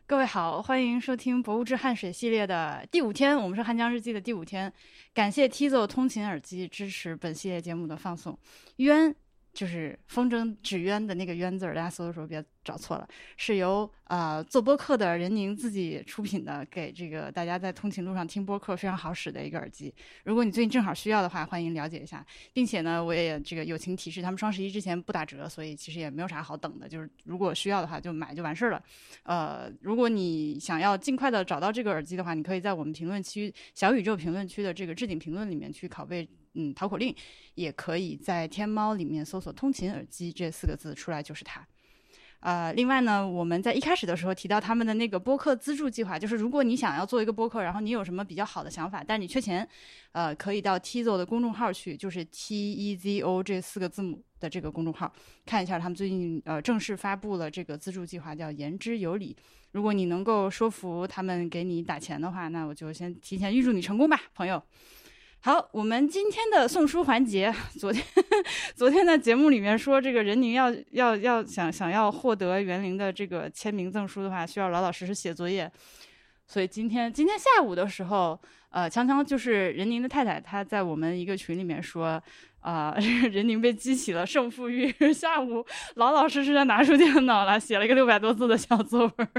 各位好，欢迎收听《博物志汗水》系列的第5天，我们是汉江日记的第5天。感谢 Tizo 通勤耳机支持本系列节目的放送。渊就是风筝纸鸢的那个鸢字，大家搜的时候别找错了，是由做播客的任宁自己出品的，给这个大家在通勤路上听播客非常好使的一个耳机。如果你最近正好需要的话，欢迎了解一下。并且呢，我也这个友情提示，他们双11之前不打折，所以其实也没有啥好等的，就是如果需要的话就买就完事了。如果你想要尽快的找到这个耳机的话，你可以在我们评论区小宇宙评论区的这个置顶评论里面去拷贝淘口令，也可以在天猫里面搜索通勤耳机这4个字出来就是它。另外呢，我们在一开始的时候提到他们的那个播客资助计划，就是如果你想要做一个播客，然后你有什么比较好的想法，但是你缺钱，可以到 Tizo 的公众号去，就是 TEZO 这4个字母的这个公众号，看一下他们最近正式发布了这个资助计划，叫言之有理。如果你能够说服他们给你打钱的话，那我就先提前预祝你成功吧，朋友。好，我们今天的送书环节，昨天的节目里面说，这个任宁想要获得园林的这个签名赠书的话，需要老老实实写作业。所以今天下午的时候，强强就是任宁的太太，她在我们一个群里面说，任宁被激起了胜负欲，下午老老实实的拿出电脑来写了一个600多字的小作文。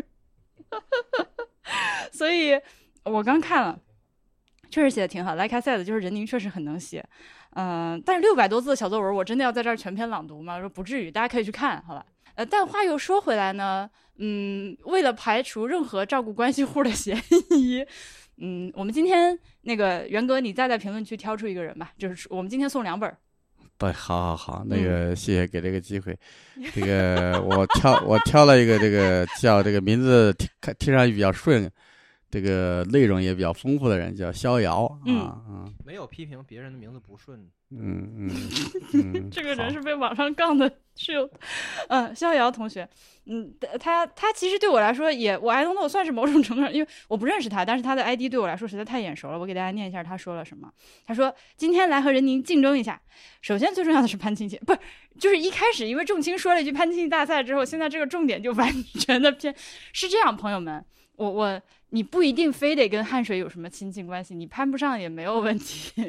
所以我刚看了。确实写的挺好 ，Like I said， 就是任宁确实很能写，但是600多字的小作文，我真的要在这儿全篇朗读吗？说不至于，大家可以去看，好吧？但话又说回来呢，为了排除任何照顾关系户的嫌疑，我们今天那个元哥，你再在评论区挑出一个人吧，就是我们今天送2本。 对，好，那个谢谢给这个机会。这个我挑了一个这个叫这个名字听上去比较顺。这个内容也比较丰富的人叫逍遥没有批评别人的名字不顺。 这个人是被网上杠的，是有，逍遥同学，他其实对我来说我 I don't know 算是某种程度上，因为我不认识他，但是他的 ID 对我来说实在太眼熟了。我给大家念一下他说了什么。他说今天来和任宁竞争一下，首先最重要的是攀亲戚，不是就是一开始因为仲卿说了一句攀亲戚大赛之后，现在这个重点就完全的偏是这样，朋友们，你不一定非得跟汗水有什么亲戚关系，你攀不上也没有问题。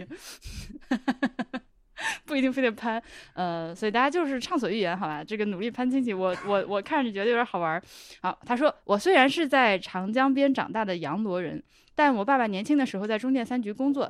不一定非得攀，所以大家就是畅所欲言，好吧？这个努力攀亲戚，我看着觉得有点好玩。好，他说我虽然是在长江边长大的洋罗人，但我爸爸年轻的时候在中电3局工作。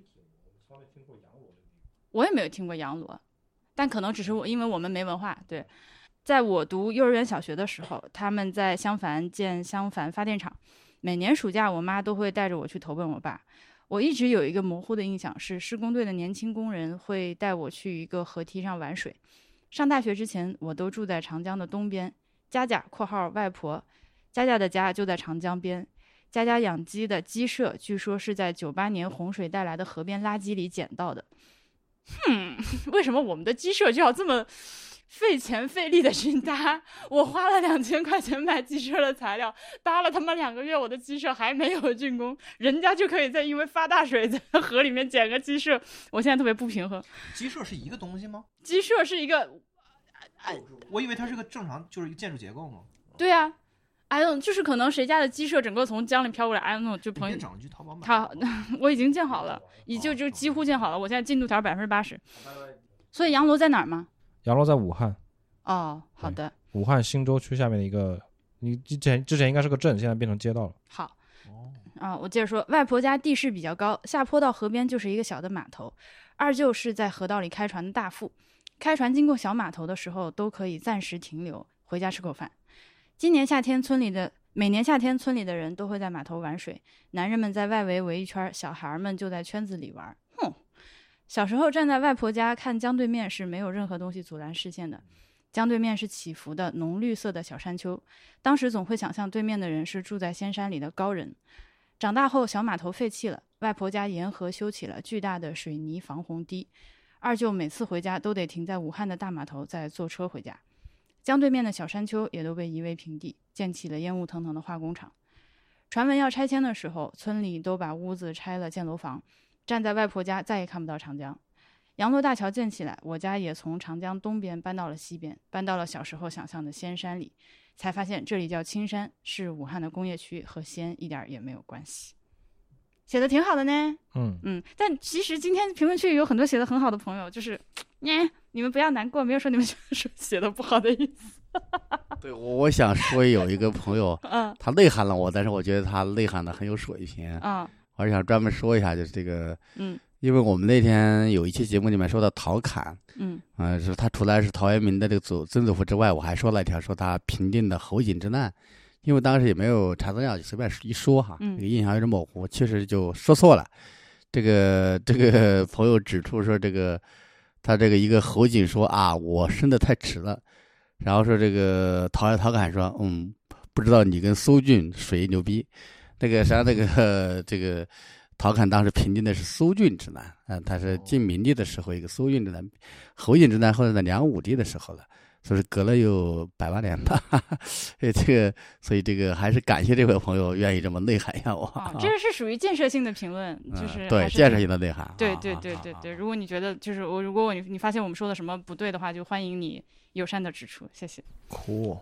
我也没有听过洋罗，但可能只是因为我们没文化。对，在我读幼儿园小学的时候，他们在襄樊建襄樊发电厂。每年暑假，我妈都会带着我去投奔我爸。我一直有一个模糊的印象，是施工队的年轻工人会带我去一个河堤上玩水。上大学之前，我都住在长江的东边。佳佳（括号外婆），佳佳的家就在长江边。佳佳养鸡的鸡舍，据说是在98年洪水带来的河边垃圾里捡到的。为什么我们的鸡舍就要这么费钱费力的去搭？我花了2000块钱买鸡舍的材料，搭了他妈2个月，我的鸡舍还没有竣工，人家就可以因为发大水在河里面捡个鸡舍，我现在特别不平衡。 鸡舍是一个东西吗？ 鸡舍是一个， 我以为它是个正常就是一个建筑结构吗？ 对啊，I don't 就是可能谁家的鸡舍整个从江里飘过来 ，I don't know 就朋友找去淘宝买。 我已经建好了，就几乎建好了，我现在进度条80%。所以洋罗在哪儿吗？ 洋罗在武汉。 哦，好的。 武汉新洲区下面的一个，你之前应该是个镇，现在变成街道了。 好。我接着说，外婆家地势比较高，下坡到河边就是一个小的码头。二舅是在河道里开船的大副，开船经过小码头的时候都可以暂时停留，回家吃口饭。每年夏天村里的人都会在码头玩水，男人们在外围围一圈，小孩们就在圈子里玩。小时候站在外婆家看江对面是没有任何东西阻拦视线的，江对面是起伏的浓绿色的小山丘，当时总会想象对面的人是住在仙山里的高人。长大后小码头废弃了，外婆家沿河修起了巨大的水泥防洪堤，二舅每次回家都得停在武汉的大码头再坐车回家。江对面的小山丘也都被夷为平地，建起了烟雾腾腾的化工厂。传闻要拆迁的时候，村里都把屋子拆了建楼房，站在外婆家再也看不到长江。洋罗大桥建起来，我家也从长江东边搬到了西边，搬到了小时候想象的仙山里。 才发现这里叫青山，是武汉的工业区，和西安一点也没有关系。写的挺好的呢。但其实今天评论区有很多写的很好的朋友，就是你们不要难过，没有说你们写的不好的意思。 对，我想说有一个朋友，他内涵了我，但是我觉得他内涵的很有水平。我是想专门说一下，就是这个，因为我们那天有一期节目里面说到陶侃，是他除了是陶渊明的这个曾祖父之外，我还说了一条，说他平定的侯景之难，因为当时也没有查资料，就随便一说哈，这个印象有点模糊，确实就说错了。这个朋友指出说，他这个一个侯景说啊，我生得太迟了，然后说这个陶侃说，不知道你跟苏峻谁牛逼。实际上这个陶侃当时平定的是苏峻之难，他是晋明帝的时候一个苏峻之难，侯景之难后来在梁武帝的时候了，所以隔了有100万年吧。所以这个还是感谢这位朋友愿意这么内涵一下我。 这是属于建设性的评论，就是对建设性的内涵。 对。如果你觉得就是如果你发现我们说的什么不对的话，就欢迎你友善的指出，谢谢。 Cool。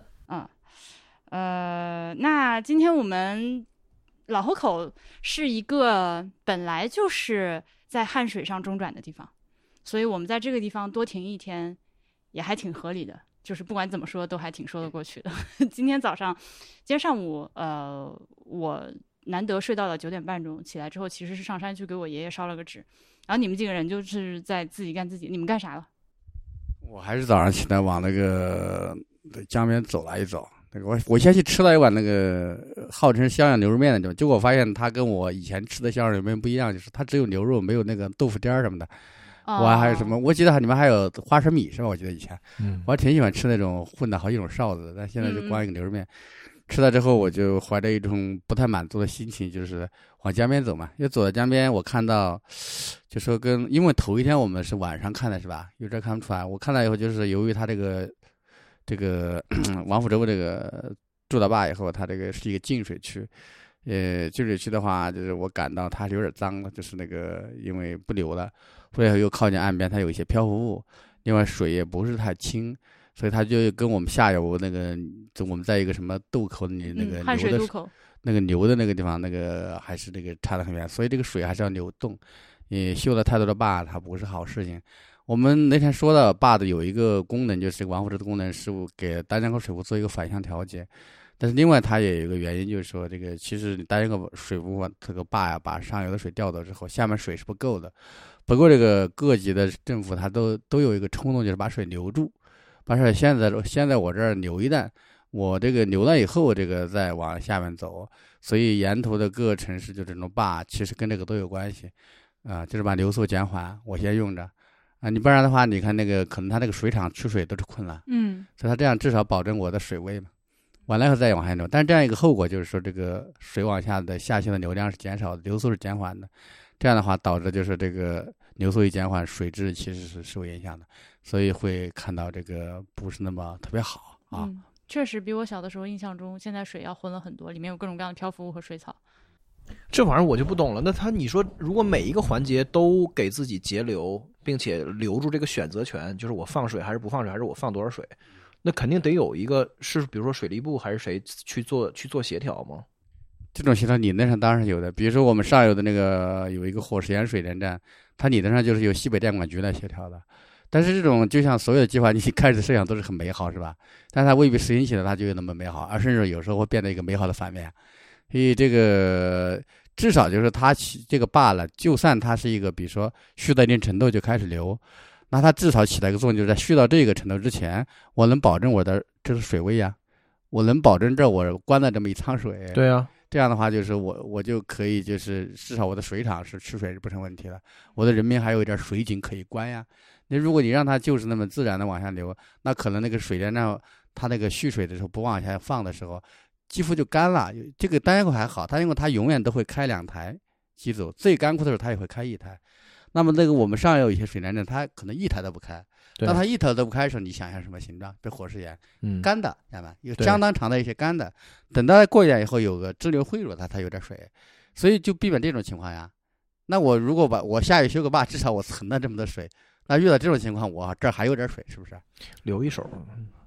那今天我们老河口是一个本来就是在汉水上中转的地方，所以我们在这个地方多停一天也还挺合理的，就是不管怎么说都还挺说得过去的。今天上午我难得睡到了9点半钟，起来之后其实是上山去给我爷爷烧了个纸，然后你们几个人就是在自己干自己。你们干啥了？ 我还是早上起来往那个江边走了一走，我先去吃了一碗那个号称襄阳牛肉面的地方，结果我发现它跟我以前吃的襄阳牛肉面不一样，就是它只有牛肉没有那个豆腐颠什么的。我还有什么？我记得你们还有花生米是吧？我记得以前，我还挺喜欢吃那种混的好几种臊子的，但现在就光一个牛肉面。吃了之后，我就怀着一种不太满足的心情，就是往江边走嘛。又走到江边，我看到，就说因为头一天我们是晚上看的是吧？有这看不出来。我看到以后，就是由于他这个王府洲这个筑了坝以后，它这个是一个净水区。净水区的话，就是我感到它是有点脏了，就是因为不流了，后来又靠近岸边，它有一些漂浮物，另外水也不是太清，所以它就跟我们下游我们在一个什么渡口汉水渡口牛的那个地方，还是差得很远，所以这个水还是要流动。你修了太多的坝，它不是好事情。我们那天说的坝的有一个功能，就是王府洲的功能是给丹江口水库做一个反向调节。但是另外它也有一个原因，就是说其实你单一个水库这个坝呀，把上游的水调走之后，下面水是不够的。不过这个各级的政府它都有一个冲动，就是把水留住，把水先在我这儿留一段，我这个留了以后，再往下面走。所以沿途的各个城市就这种坝，其实跟这个都有关系就是把流速减缓，我先用着你不然的话，你看可能它那个水厂取水都是困难，所以它这样至少保证我的水位嘛。完了以后再往下流，但是这样一个后果就是说，这个水往下的下行的流量是减少的，流速是减缓的。这样的话导致就是这个流速一减缓，水质其实是受影响的，所以会看到不是那么特别好啊。 确实比我小的时候印象中，现在水要浑了很多，里面有各种各样的漂浮物和水草。 这玩意儿我就不懂了。那你说，如果每一个环节都给自己节流，并且留住这个选择权，就是我放水还是不放水，还是我放多少水？那肯定得有一个是，比如说水利部还是谁去做协调吗？ 这种协调理论上当然是有的。比如说我们上游的有一个火石岩水电站，它理论上就是由西北电管局来协调的。但是这种就像所有的计划，你开始设想都是很美好，是吧？但是它未必实行起来它就有那么美好，而甚至有时候会变得一个美好的反面。所以至少就是它这个坝了，就算它是一个比如说蓄到一定程度就开始流，那它至少起到一个作用，就是在蓄到这个程度之前，我能保证我的这是水位啊，我能保证我关了这么一仓水。 对啊， 这样的话就是我就可以就是至少我的水厂是吃水是不成问题了，我的人民还有一点水井可以关呀。那如果你让它就是那么自然的往下流，那可能那个水电站它那个蓄水的时候不往下放的时候，几乎就干了。这个丹江口还好，因为它永远都会开2台机组，最干枯的时候它也会开1台。那么我们上游有一些水电站，它可能1台都不开。当它1台都不开的时候，你想想什么形状？这火石岩，干的，知道吗？有相当长的一些干的。等到过一点以后，有个支流汇入，它有点水，所以就避免这种情况呀。那我如果我下游修个坝，至少我存了这么多水。那遇到这种情况，我这儿还有点水，是不是？ 留一手。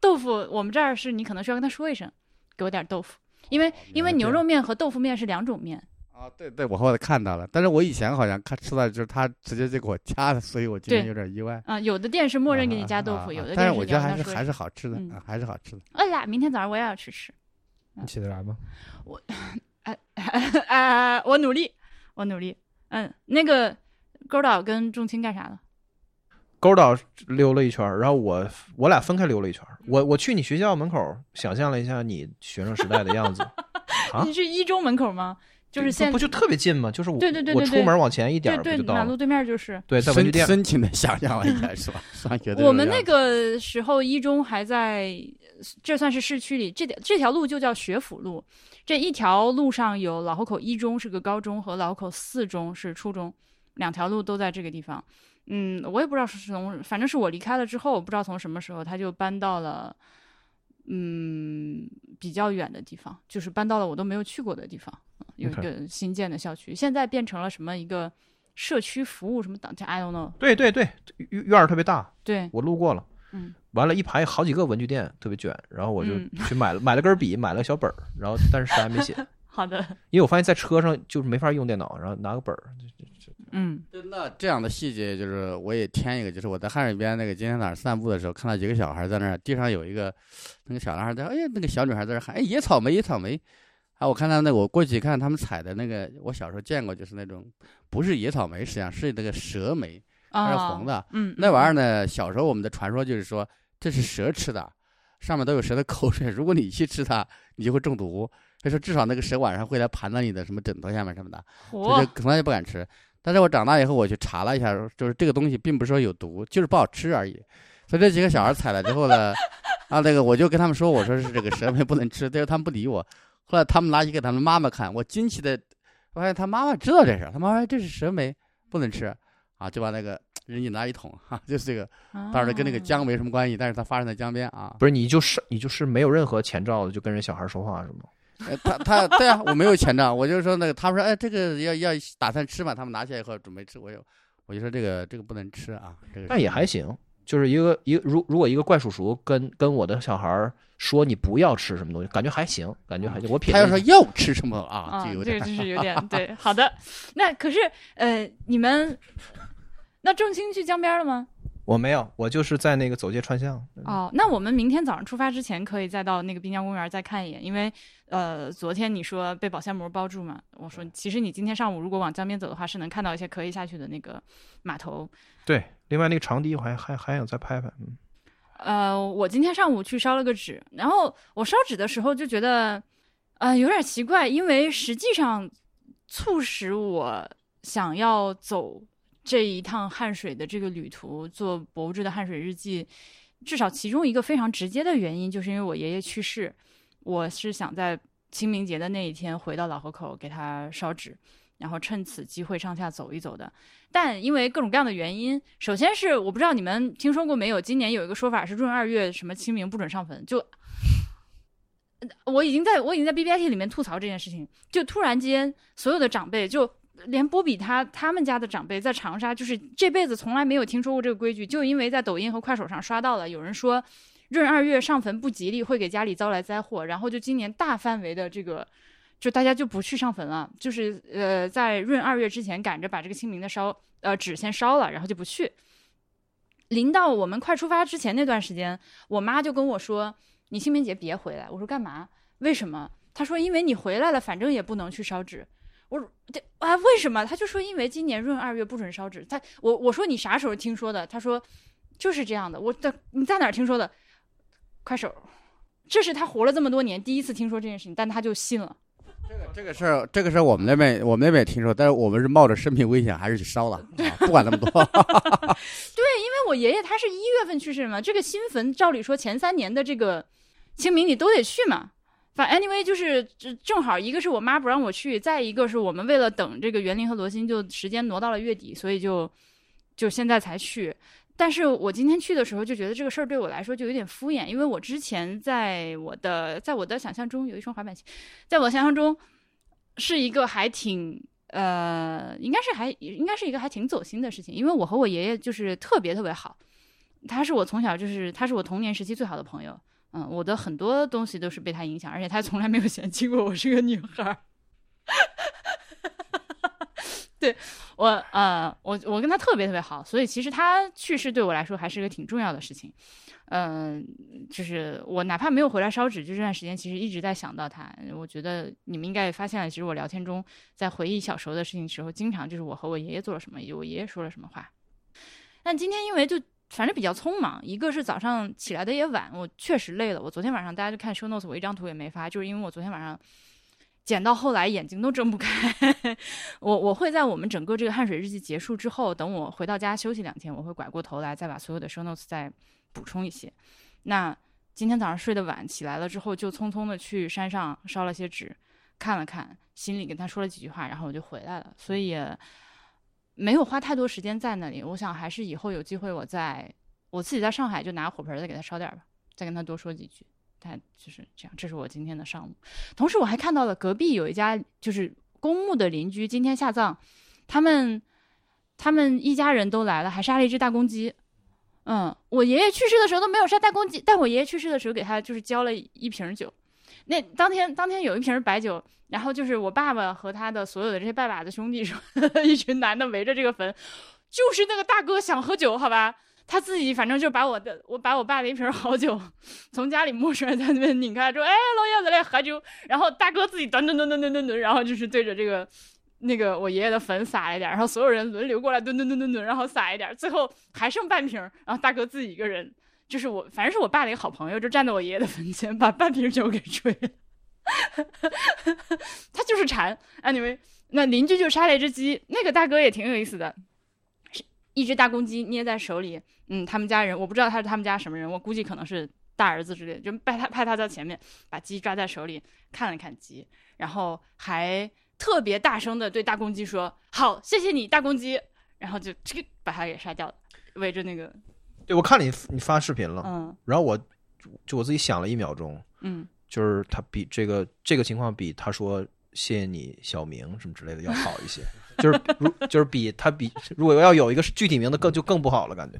豆腐我们这儿是你可能需要跟他说一声，给我点豆腐，因为牛肉面和豆腐面是两种面。 啊，对对，我后来看到了，但是我以前好像吃到就是他直接就给我加的，所以我今天有点意外。 有的店是默认给你加豆腐，有的店但是我觉得还是是好吃的，还是好吃的。 哎呀，明天早上我也要去吃。 你起得来吗？ 我努力。那个勾岛跟仲卿干啥了？ 勾岛溜了一圈，然后我俩分开溜了一圈。我去你学校门口，想象了一下你学生时代的样子。啊， 你是一中门口吗？就是现在不就特别近吗？就是我对出门往前一点对就到了， 马路对面就是。 对，在文具店。 深情的想象了一下是吧？上学的我们那个时候一中还在，这算是市区里，这条路就叫学府路。这一条路上有老河口一中是个高中和老河口四中是初中，两条路都在这个地方。我也不知道是反正是我离开了之后，不知道从什么时候他就搬到了比较远的地方，就是搬到了我都没有去过的地方。有一个新建的校区，现在变成了什么一个社区服务什么档， I don't know。 对，院儿特别大， 对， 我路过了。完了，一排好几个文具店，特别卷，然后我就去买了根笔，买了个小本儿，然后但是啥也没写。 好的， 因为我发现在车上就是没法用电脑，然后拿个本儿。 那这样的细节就是我也添一个，就是我在汉水边那个今天早上散步的时候，看到几个小孩在那儿，地上有一个那个小男孩在，那个小女孩在那喊，野草莓，野草莓。我看到那个，我过去看他们采的那个，我小时候见过，就是那种不是野草莓，实际上是那个蛇莓，它是红的。那玩意儿呢，小时候我们的传说就是说这是蛇吃的，上面都有蛇的口水，如果你去吃它，你就会中毒。所以说至少那个蛇晚上会来盘到你的什么枕头下面什么的，所以从来就不敢吃。但是我长大以后我去查了一下，就是这个东西并不是说有毒，就是不好吃而已。所以这几个小孩采了之后呢，那个我就跟他们说，我说是这个蛇莓不能吃，但是他们不理我。后来他们拿去给他们妈妈看，我惊奇的发现他妈妈知道这事，他妈妈说这是蛇莓不能吃啊，就把那个人家拿一桶就是这个，当然跟那个江没什么关系，但是它发生在江边啊。 不是你就是没有任何前兆的就跟人小孩说话是吗？ 他对啊，我没有前兆，我就说那个他们说这个要打算吃嘛，他们拿起来以后准备吃，我就说这个不能吃啊。 但也还行，就是一个如果一个怪叔叔跟我的小孩说你不要吃什么东西，感觉还行。我品。 他要说要吃什么啊？ 这个就是有点对。好的，那可是你们那仲卿去江边了吗？ 我没有，我就是在那个走街串巷。 那我们明天早上出发之前可以再到那个滨江公园再看一眼，因为昨天你说被保鲜膜包住嘛，我说其实你今天上午如果往江边走的话，是能看到一些可以下去的那个码头。 对，另外那个长堤我还想再拍拍。 我今天上午去烧了个纸，然后我烧纸的时候就觉得有点奇怪，因为实际上促使我想要走这一趟汉水的这个旅途，做博物志的汉水日记，至少其中一个非常直接的原因，就是因为我爷爷去世，我是想在清明节的那一天回到老河口给他烧纸，然后趁此机会上下走一走的。但因为各种各样的原因，首先是我不知道你们听说过没有，今年有一个说法是闰2月什么清明不准上坟，就我已经在 BBIT 里面吐槽这件事情，就突然间所有的长辈就。连波比他们家的长辈在长沙，就是这辈子从来没有听说过这个规矩，就因为在抖音和快手上刷到了有人说闰2月上坟不吉利，会给家里招来灾祸，然后就今年大范围的这个，就大家就不去上坟了，就是在闰2月之前赶着把这个清明的纸先烧了，然后就不去。临到我们快出发之前那段时间，我妈就跟我说：“你清明节别回来。”我说：“干嘛？为什么？”她说：“因为你回来了，反正也不能去烧纸。”我说为什么？他就说因为今年闰2月不准烧纸。我说你啥时候听说的？他说就是这样的。你在哪儿听说的？快手。这是他活了这么多年第一次听说这件事情，但他就信了。 这个事儿我们那边也听说，但是我们是冒着生命危险还是去烧了，不管那么多。 对，因为我爷爷他是1月份去世嘛，这个新坟照理说前3年的这个清明你都得去嘛。反正 anyway 就是正好一个是我妈不让我去，再一个是我们为了等这个园林和罗欣，就时间挪到了月底，所以就现在才去。但是我今天去的时候就觉得这个事儿对我来说就有点敷衍，因为我之前在我的想象中有一双滑板鞋，在我想象中是一个还挺应该是一个还挺走心的事情，因为我和我爷爷就是特别特别好，他是我从小他是我童年时期最好的朋友。 我的很多东西都是被他影响，而且他从来没有嫌弃过我是个女孩。对我跟他特别特别好，所以其实他去世对我来说还是个挺重要的事情。就是我哪怕没有回来烧纸，就这段时间其实一直在想到他。我觉得你们应该也发现了，其实我聊天中在回忆小时候的事情的时候，经常就是我和我爷爷做了什么，我爷爷说了什么话。但今天因为就反正比较匆忙，一个是早上起来的也晚，我确实累了。我昨天晚上大家就看 show notes， 我一张图也没发，就是因为我昨天晚上剪到后来眼睛都睁不开。我会在我们整个这个汗水日记结束之后，等我回到家休息2天，我会拐过头来再把所有的 show notes 再补充一些。那今天早上睡得晚，起来了之后就匆匆的去山上烧了些纸，看了看，心里跟他说了几句话，然后我就回来了。所以也没有花太多时间在那里。我想还是以后有机会我自己在上海就拿火盆再给他烧点吧，再跟他多说几句。但就是这样，这是我今天的上午。同时我还看到了隔壁有一家就是公墓的邻居今天下葬，他们一家人都来了，还杀了一只大公鸡。我爷爷去世的时候都没有杀大公鸡，但我爷爷去世的时候给他就是浇了一瓶酒。那当天有一瓶白酒，然后就是我爸爸和他的所有的这些拜把子兄弟说，一群男的围着这个坟，就是那个大哥想喝酒，好吧，他自己反正就把我爸的一瓶好酒从家里摸出来，在那边拧开说，哎，老爷子来喝酒，然后大哥自己吨，然后就是对着这个那个我爷爷的坟撒了一点，然后所有人轮流过来吨，然后撒一点，最后还剩半瓶，然后大哥自己一个人，就是反正是我爸的一个好朋友，就站在我爷爷的坟前把半瓶酒给吹了。他就是馋。anyway， 那邻居就杀了一只鸡，那个大哥也挺有意思的，一只大公鸡捏在手里。他们家人我不知道他是他们家什么人，我估计可能是大儿子之类的，就派他在前面把鸡抓在手里看了看鸡，然后还特别大声的对大公鸡说，好，谢谢你大公鸡，然后就把它给杀掉了，围着那个。 对，我看你发视频了，然后我自己想了1秒钟，就是他比这个情况比他说谢谢你小明什么之类的要好一些，就是比如果要有一个具体名的更不好了感觉。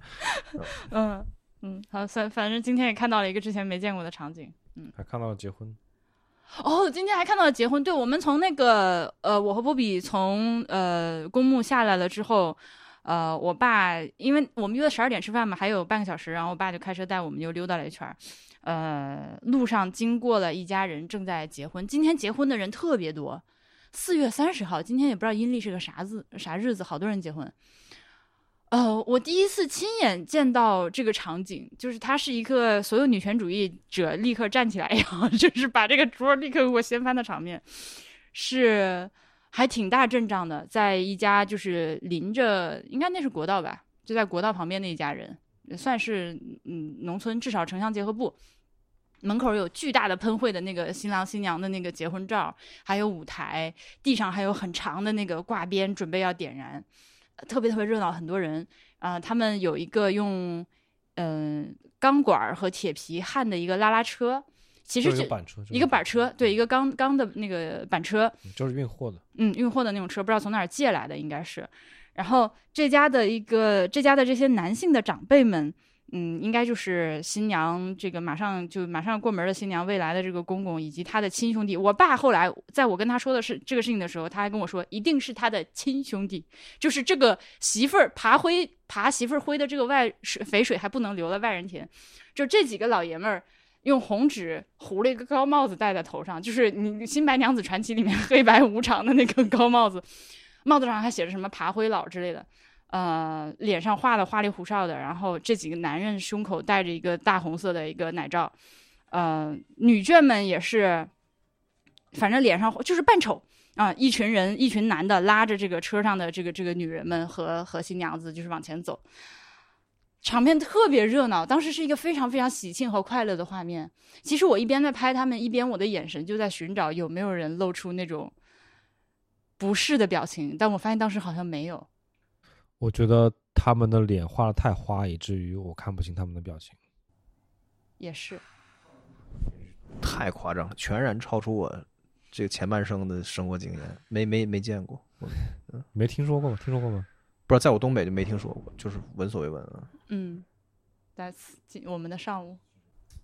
好，反正今天也看到了一个之前没见过的场景， 还看到了结婚。 今天还看到了结婚。对，我们从那个我和波比从公墓下来了之后，我爸因为我们约了12点吃饭嘛，还有半个小时，然后我爸就开车带我们又溜达了一圈。路上经过了一家人正在结婚，今天结婚的人特别多，4月30号，今天也不知道阴历是个啥日子，好多人结婚。我第一次亲眼见到这个场景，就是它是一个所有女权主义者立刻站起来呀，就是把这个桌立刻给我掀翻的场面，是还挺大阵仗的。在一家就是临着，应该那是国道吧，就在国道旁边的一家人，算是农村，至少城乡结合部。门口有巨大的喷绘的那个新郎新娘的那个结婚照，还有舞台，地上还有很长的那个挂鞭，准备要点燃。特别特别热闹，很多人他们有一个用钢管和铁皮焊的一个拉拉车，其实就是一个板车，对，一个钢的那个板车， 就是运货的， 运货的那种车，不知道从哪儿借来的，应该是。然后这家的这些男性的长辈们，应该就是新娘这个马上要过门的新娘未来的这个公公以及他的亲兄弟。我爸后来在我跟他说的是这个事情的时候，他还跟我说一定是他的亲兄弟，就是这个媳妇儿爬媳妇儿灰的这个肥水还不能流了外人田，就这几个老爷们儿用红纸糊了一个高帽子戴在头上，就是你《新白娘子传奇》里面黑白无常的那个高帽子，帽子上还写着什么爬灰佬之类的。脸上画的花里胡哨的，然后这几个男人胸口戴着一个大红色的一个奶罩，女眷们也是，反正脸上就是扮丑啊，一群男的拉着这个车上的这个女人们和新娘子就是往前走，场面特别热闹。当时是一个非常非常喜庆和快乐的画面。其实我一边在拍他们，一边我的眼神就在寻找有没有人露出那种不适的表情，但我发现当时好像没有。 我觉得他们的脸画得太花，以至于我看不清他们的表情。 也是， 太夸张了，全然超出我这个前半生的生活经验，没见过。 没听说过吗？听说过吗？ 不知道，在我东北就没听说过，就是闻所未闻啊。 在我们的上午。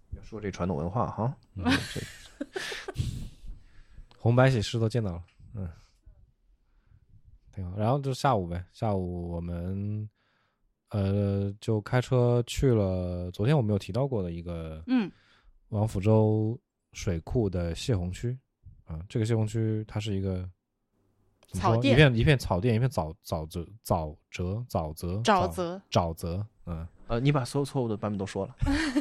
说这传统文化哈， 红白喜事都见到了，挺好。然后就下午呗，下午我们就开车去了昨天我们有提到过的一个王府洲水库的泄洪区啊，这个泄洪区它是一个草甸， 一片草甸，一片沼泽， 你把所有错误的版本都说了。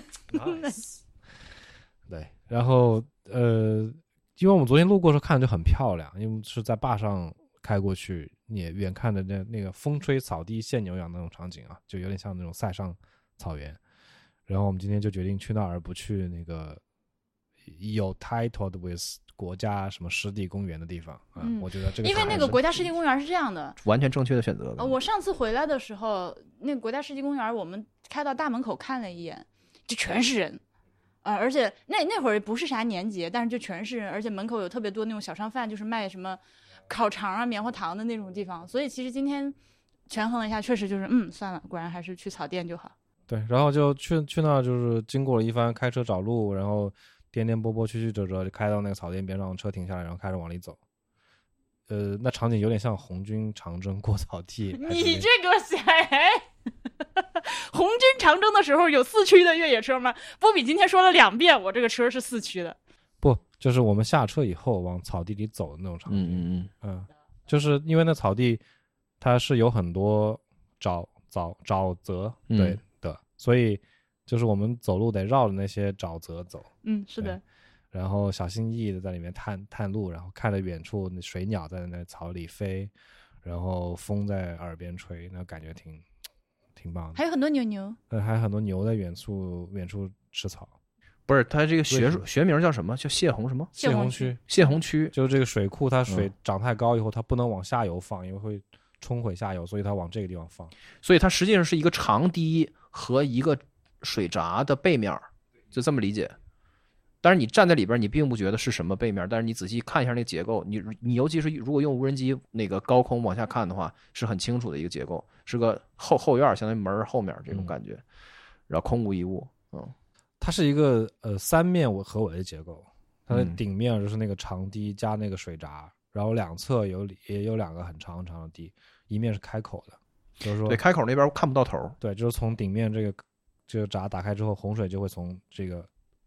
nice 对，然后因为我们昨天路过的时候看着就很漂亮，因为是在坝上开过去，你也远看的那个风吹草低见牛羊那种场景啊，就有点像那种塞上草原。然后我们今天就决定去那儿，而不去那个有 titled with 国家什么湿地公园的地方啊。我觉得这个因为那个国家湿地公园是这样的， 完全正确的选择。 我上次回来的时候，那个国家湿地公园我们开到大门口看了一眼，就全是人。而且那会儿不是啥年节，但是就全是人，而且门口有特别多那种小商贩，就是卖什么烤肠啊、棉花糖的那种地方。所以其实今天权衡了一下，确实就是算了，果然还是去草甸就好。 对，然后就去那儿，就是经过了一番开车找路，然后颠颠簸簸、曲曲折折，就开到那个草甸边上，车停下来，然后开始往里走。那场景有点像红军长征过草地。 你这个谁？红军长征的时候有4驱的越野车吗？波比今天说了2遍，我这个车是4驱的。 不，就是我们下车以后往草地里走的那种场景。就是因为那草地它是有很多沼泽，对的，所以就是我们走路得绕着那些沼泽走。 是的。 然后小心翼翼的在里面探路，然后看着远处那水鸟在那草里飞，然后风在耳边吹，那感觉挺棒的。 还有很多牛， 还有很多牛在远处吃草。 不是，它这个学名叫什么？叫泄洪什么？ 泄洪区。 泄洪区就是这个水库，它水涨太高以后，它不能往下游放，因为会冲毁下游，所以它往这个地方放。 所以它实际上是一个长堤和一个水闸的背面，就这么理解。但是你站在里边，你并不觉得是什么背面，但是你仔细看一下那个结构，你尤其是如果用无人机那个高空往下看的话，是很清楚的一个结构，是个后院，相当于门后面这种感觉，然后空无一物。 它是一个3面合围的结构，它的顶面就是那个长堤加那个水闸，然后两侧也有2个很长很长的堤，一面是开口的，就是说对开口那边看不到头。 对，就是从顶面这个闸打开之后，洪水就会从这个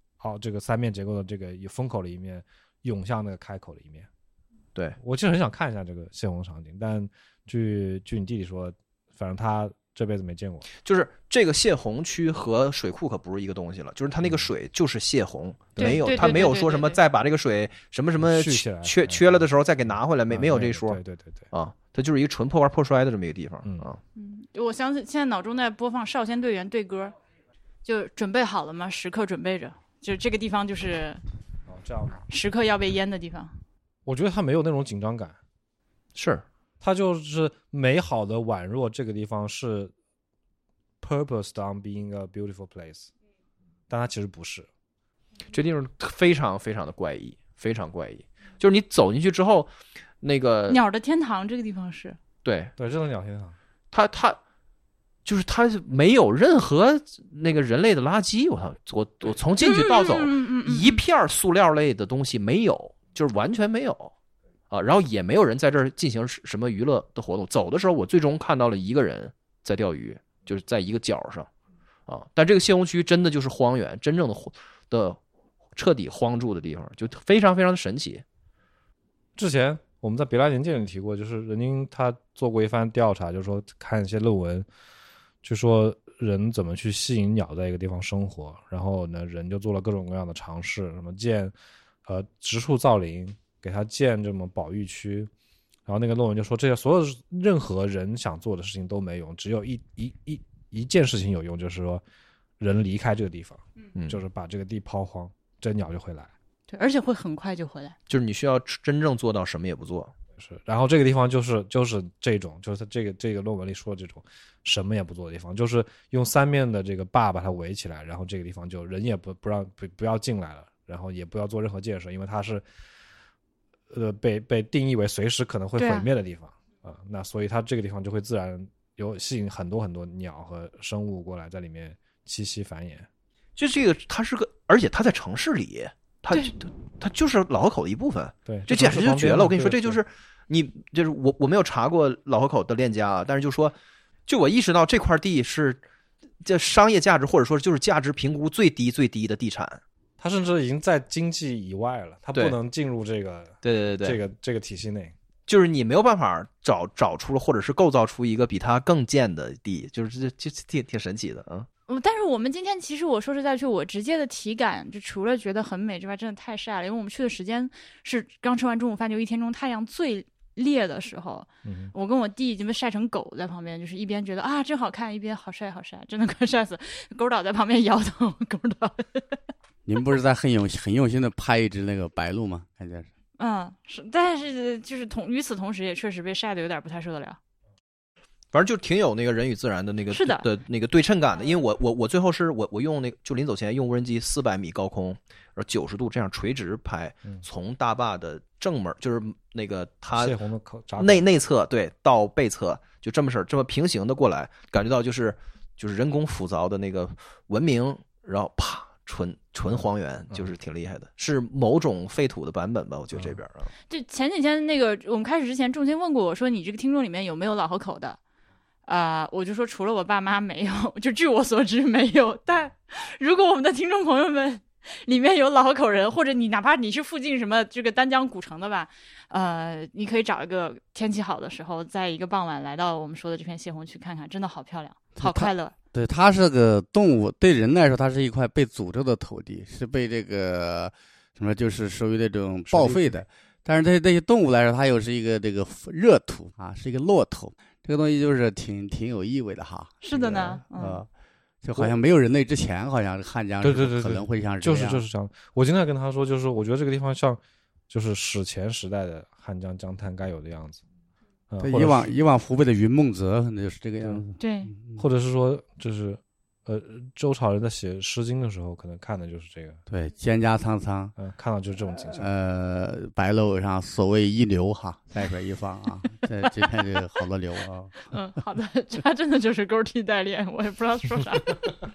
3面结构的这个风口的一面涌向那个开口的一面。 对， 我其实很想看一下这个泄洪场景，但据你弟弟说，反正他这辈子没见过。 就是这个泄洪区和水库可不是一个东西了，就是它那个水就是泄洪，它没有说什么再把这个水什么缺了的时候再给拿回来，没有这说。 对啊，它就是一个纯破罐破摔的这么一个地方啊。 我相信现在脑中在播放少先队员对歌，就准备好了吗？时刻准备着，就这个地方就是这样时刻要被淹的地方。 我觉得他没有那种紧张感， 是他就是美好的宛若这个地方是 purposed on being a beautiful place， 但它其实不是。 这地方非常非常的怪异，非常怪异。就是你走进去之后，那个鸟的天堂这个地方是对， 这是鸟天堂。 它就是它没有任何那个人类的垃圾。我从进去到走，一片塑料类的东西没有，就是完全没有。然后也没有人在这儿进行什么娱乐的活动。走的时候，我最终看到了一个人在钓鱼，就是在一个角上，但这个泄洪区真的就是荒原，真正的彻底荒住的地方，就非常非常的神奇。 之前我们在别来年鉴里提过，就是任宁他做过一番调查，就是说看一些论文，就说人怎么去吸引鸟在一个地方生活，然后呢，人就做了各种各样的尝试，什么建植树造林。给他建这么保育区，然后那个论文就说这些所有任何人想做的事情都没用，只有一件事情有用，就是说人离开这个地方，就是把这个地抛荒，这鸟就会来。 对，而且会很快就回来。 就是你需要真正做到什么也不做。 是，然后这个地方就是这种，就是这个论文里说的这种什么也不做的地方，就是用3面的这个坝把它围起来，然后这个地方就人也不要进来了，然后也不要做任何建设，因为它是。被定义为随时可能会毁灭的地方那所以它这个地方就会自然吸引很多很多鸟和生物过来在里面栖息繁衍。 就这个它是个， 而且它在城市里，它就是老河口的一部分。 对， 这简直就绝了！我跟你说， 对这就是就是我没有查过老河口的链家啊，但是就说，就我意识到这块地是这商业价值或者说就是价值评估最低的地产。 它甚至已经在经济以外了，它不能进入这个对这个体系内。 就是你没有办法找出或者是构造出一个比它更贱的地，就是这挺神奇的啊。 但是我们今天其实我说实在去，我直接的体感就除了觉得很美之外，真的太晒了，因为我们去的时间是刚吃完中午饭，就一天中太阳最烈的时候。我跟我弟已经被晒成狗在旁边，就是一边觉得啊真好看，一边好晒好晒，真的快晒死。狗导在旁边摇头，狗导。 你们不是在很用心的拍一只那个白鹭吗？看见是。 是，但是就是与此同时，也确实被晒得有点不太受得了。 反正就挺有那个人与自然的那个是的那个对称感的，因为我最后是我用那个就临走前用无人机400米高空，然后90度这样垂直拍，从大坝的正门就是那个它泄洪的口内侧对到背侧，就这么平行的过来，感觉到就是人工复凿的那个文明，然后啪纯还原，就是挺厉害的，是某种废土的版本吧？我觉得这边啊， 就前几天那个我们开始之前，仲卿问过我说，你这个听众里面有没有老河口的？我就说除了我爸妈没有，就据我所知没有。但如果我们的听众朋友们里面有老河口人，或者你哪怕你是附近什么这个丹江古城的吧，你可以找一个天气好的时候，在一个傍晚来到我们说的这片泄洪区看看，真的好漂亮，好快乐。 对，它是个动物，对人来说，它是一块被诅咒的土地，是被这个什么，就是属于那种报废的。但是对那些动物来说，它又是一个这个热土啊，是一个骆土。这个东西就是挺有意味的哈。 是的呢， 就好像没有人类之前，好像汉江对可能会像这样。 就是这样。我经常跟他说，就是我觉得这个地方像，就是史前时代的汉江江滩该有的样子。 对，以往湖北的云梦泽可能就是这个样子。 对， 或者是说，就是周朝人在写《诗经》的时候，可能看的就是这个。 对，蒹葭苍苍， 看到就是这种景象。 白楼上所谓一流哈，在水一方啊，这片就好多流啊。 好的，他真的就是勾替代练，我也不知道说啥。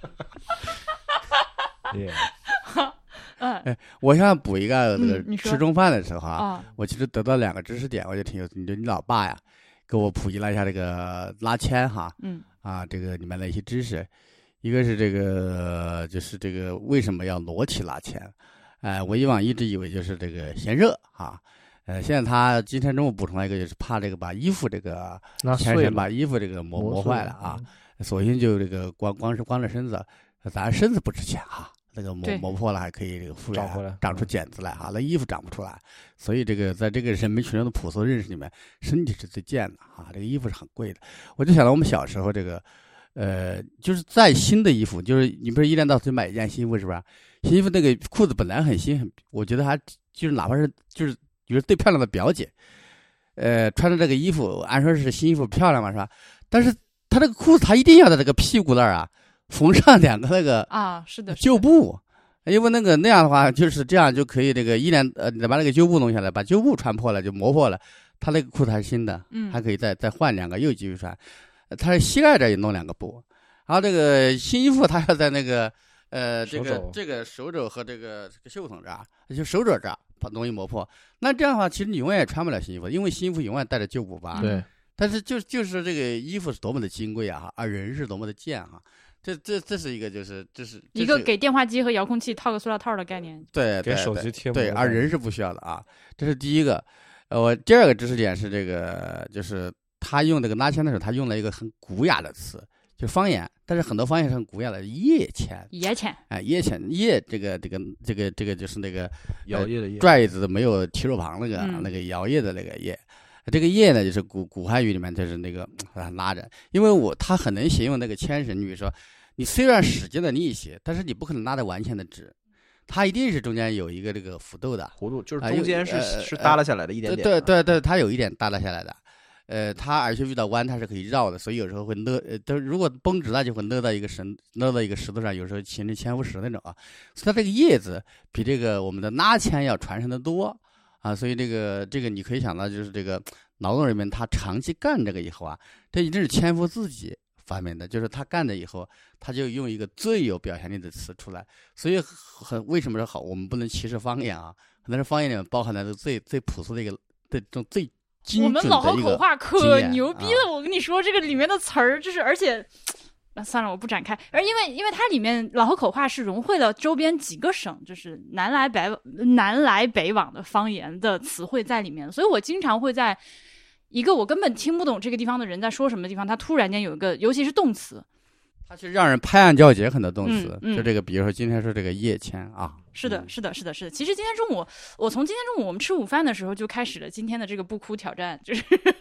我想补一个这个吃中饭的时候啊，我其实得到2个知识点，我就挺有，你老爸呀，给我普及了一下这个拉纤哈，这个里面的一些知识。一个是这个，就是这个为什么要裸体拉纤？我以往一直以为就是这个嫌热哈，现在他今天中午补充了一个，就是怕这个把衣服这个牵绳把衣服这个磨坏了啊，索性就这个光着身子，咱身子不值钱哈。那个磨破了还可以这个复原，长出茧子来哈，那衣服长不出来，所以这个在这个人民群众的朴素认识里面，身体是最贱的哈，这个衣服是很贵的。我就想到我们小时候这个，就是再新的衣服，就是你不是一年到头买一件新衣服是吧？新衣服那个裤子本来很新，我觉得还就是哪怕是就是比如最漂亮的表姐，穿着这个衣服，按说是新衣服漂亮嘛是吧？但是他这个裤子他一定要在这个屁股那儿啊。缝上2个那个是的旧布，因为那样的话就是这样就可以这个你把那个旧布弄下来，把旧布穿破了就磨破了，他那个裤子还是新的，还可以再换2个又继续穿。他膝盖这也弄2个布，然后这个新衣服他要在那个这个手肘和这个袖筒这儿，就手肘这儿把东西磨破。那这样的话，其实你永远也穿不了新衣服，因为新衣服永远带着旧布吧。 对。 但是就是这个衣服是多么的金贵啊，而人是多么的贱啊。这是一个，这是一个给电话机和遥控器套个塑料套的概念。 对， 给手机贴膜。 对，而人是不需要的啊。这是第一个。我第2个知识点是这个，就是他用这个拉纤的时候，他用了一个很古雅的词，就方言，但是很多方言是很古雅的，掖牵。掖牵。掖牵，掖这个就是那个摇曳的掖， 拽子没有提手旁那个摇曳的那个掖。这个掖呢，就是古汉语里面就是那个拉着，因为他很能形容那个牵绳，比如说你虽然使劲的力气，但是你不可能拉得完全的直，它一定是中间有一个这个弧度的， 就是中间是耷拉下来的一点点。 对，它有一点耷拉下来的，它而且遇到弯它是可以绕的，所以有时候会如果绷直了就会勒到一个石头上，有时候形成千夫石那种啊。所以它这个叶子比这个我们的拉纤要传承的多。所以这个你可以想到，就是这个劳动人民他长期干这个以后啊，这一定是千夫自己发明的，就是他干了以后，他就用一个最有表现力的词出来。所以为什么说好，我们不能歧视方言啊？很多人方言里面包含的最朴素的一个这种最精准的一个我们老号口话可牛逼了， 啊、 我跟你说，这个里面的词儿就是，而且。算了，我不展开。而因为它里面老河口话是融汇了周边几个省，就是南来北往的方言的词汇在里面，所以我经常会在一个我根本听不懂这个地方的人在说什么地方，他突然间有一个，尤其是动词， 它是让人拍案叫绝很多动词， 就这个，比如说今天说这个夜签啊， 是的。其实今天中午，我从今天中午我们吃午饭的时候就开始了今天的这个不哭挑战，就是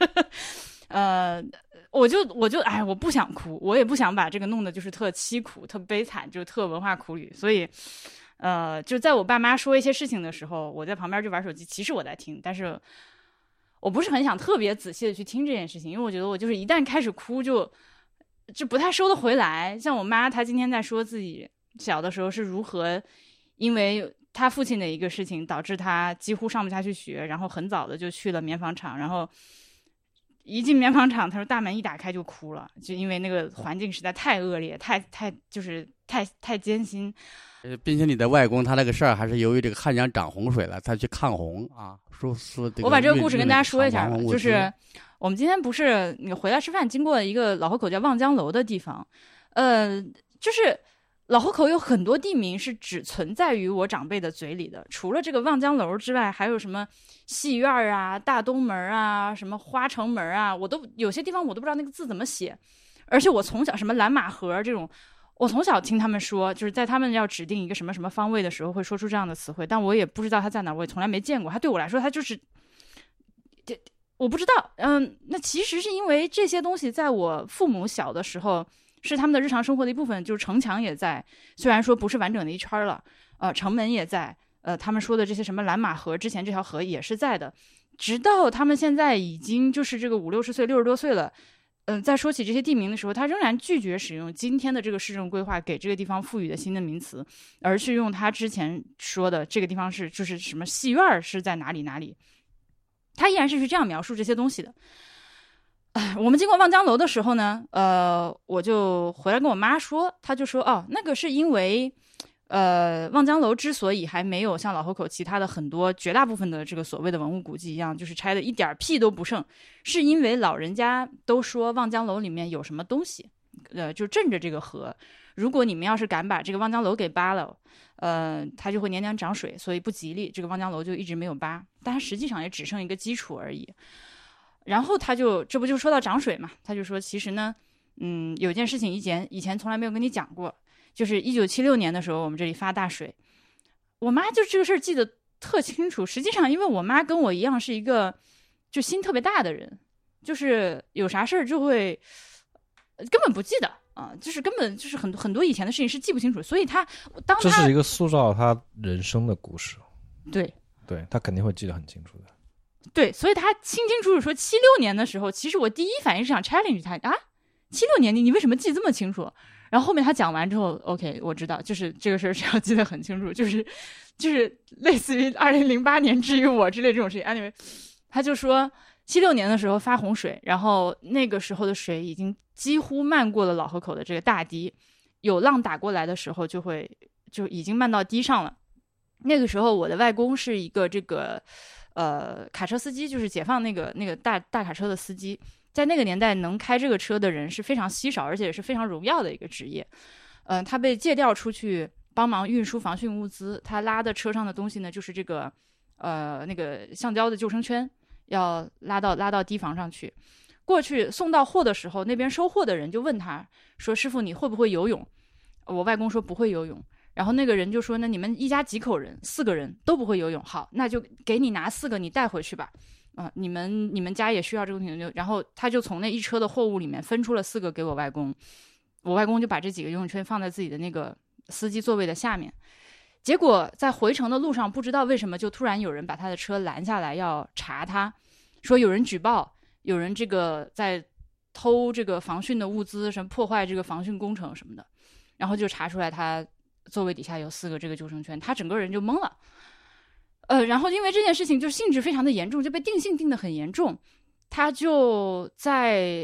我就哎，我不想哭，我也不想把这个弄得就是特凄苦、特悲惨，就特文化苦旅。所以，就在我爸妈说一些事情的时候，我在旁边就玩手机。其实我在听，但是我不是很想特别仔细的去听这件事情，因为我觉得我就是一旦开始哭就不太收得回来。像我妈，她今天在说自己小的时候是如何因为她父亲的一个事情导致她几乎上不下去学，然后很早的就去了棉纺厂，然后。一进棉纺厂，他说大门一打开就哭了，就因为那个环境实在太恶劣，太艰辛。 并且你的外公他那个事儿还是由于这个汉江涨洪水了，他去抗洪啊，说我把这个故事跟大家说一下吧，就是我们今天不是你回来吃饭，经过一个老河口叫望江楼的地方，就是老河口有很多地名是只存在于我长辈的嘴里的，除了这个望江楼之外，还有什么戏院啊、大东门啊、什么花城门啊，我都有些地方我都不知道那个字怎么写。而且我从小什么蓝马河这种，我从小听他们说，就是在他们要指定一个什么什么方位的时候会说出这样的词汇，但我也不知道它在哪，我也从来没见过。它对我来说，它就是我不知道。那其实是因为这些东西在我父母小的时候是他们的日常生活的一部分，就是城墙也在，虽然说不是完整的一圈了，城门也在，他们说的这些什么蓝马河之前这条河也是在的，直到他们现在已经就是这个50、60岁、60多岁了，在说起这些地名的时候，他仍然拒绝使用今天的这个市政规划给这个地方赋予的新的名词，而是用他之前说的这个地方是就是什么戏院是在哪里哪里，他依然是这样描述这些东西的。我们经过望江楼的时候呢，我就回来跟我妈说，她就说哦，那个是因为望江楼之所以还没有像老河口其他的很多绝大部分的这个所谓的文物古迹一样，就是拆的一点屁都不剩，是因为老人家都说望江楼里面有什么东西，就镇着这个河，如果你们要是敢把这个望江楼给扒了，它就会年年涨水，所以不吉利，这个望江楼就一直没有扒，但它实际上也只剩一个基础而已。然后他就这不就说到涨水嘛，他就说其实呢，有件事情以前从来没有跟你讲过，就是1976年的时候我们这里发大水，我妈就这个事儿记得特清楚。实际上因为我妈跟我一样是一个就心特别大的人，就是有啥事儿就会根本不记得啊，就是根本就是很多以前的事情是记不清楚，所以他这是一个塑造他人生的故事。 对， 他肯定会记得很清楚的。 对，所以他清清楚楚说76年的时候，其实我第一反应是想 challenge 他啊，76年你为什么记这么清楚？然后后面他讲完之后 ，OK， 我知道，就是这个事儿是要记得很清楚，就是类似于2008年至于我之类这种事情。anyway， 他就说76年的时候发洪水，然后那个时候的水已经几乎漫过了老河口的这个大堤，有浪打过来的时候就已经漫到堤上了。那个时候我的外公是一个这个卡车司机，就是解放那个大卡车的司机，在那个年代能开这个车的人是非常稀少，而且也是非常荣耀的一个职业。他被借调出去帮忙运输防汛物资，他拉的车上的东西呢，就是这个那个橡胶的救生圈，要拉到堤防上去。过去送到货的时候，那边收货的人就问他说：“师傅，你会不会游泳？”我外公说不会游泳。然后那个人就说：“那你们一家几口人？4个人都不会游泳，好，那就给你拿4个，你带回去吧。你们家也需要这个东西。”然后他就从那一车的货物里面分出了4个给我外公，我外公就把这几个游泳圈放在自己的那个司机座位的下面。结果在回程的路上，不知道为什么就突然有人把他的车拦下来要查他，说有人举报，有人这个在偷这个防汛的物资，什么破坏这个防汛工程什么的，然后就查出来他座位底下有4个这个救生圈，他整个人就懵了。然后因为这件事情就性质非常的严重，就被定性定得很严重，他就在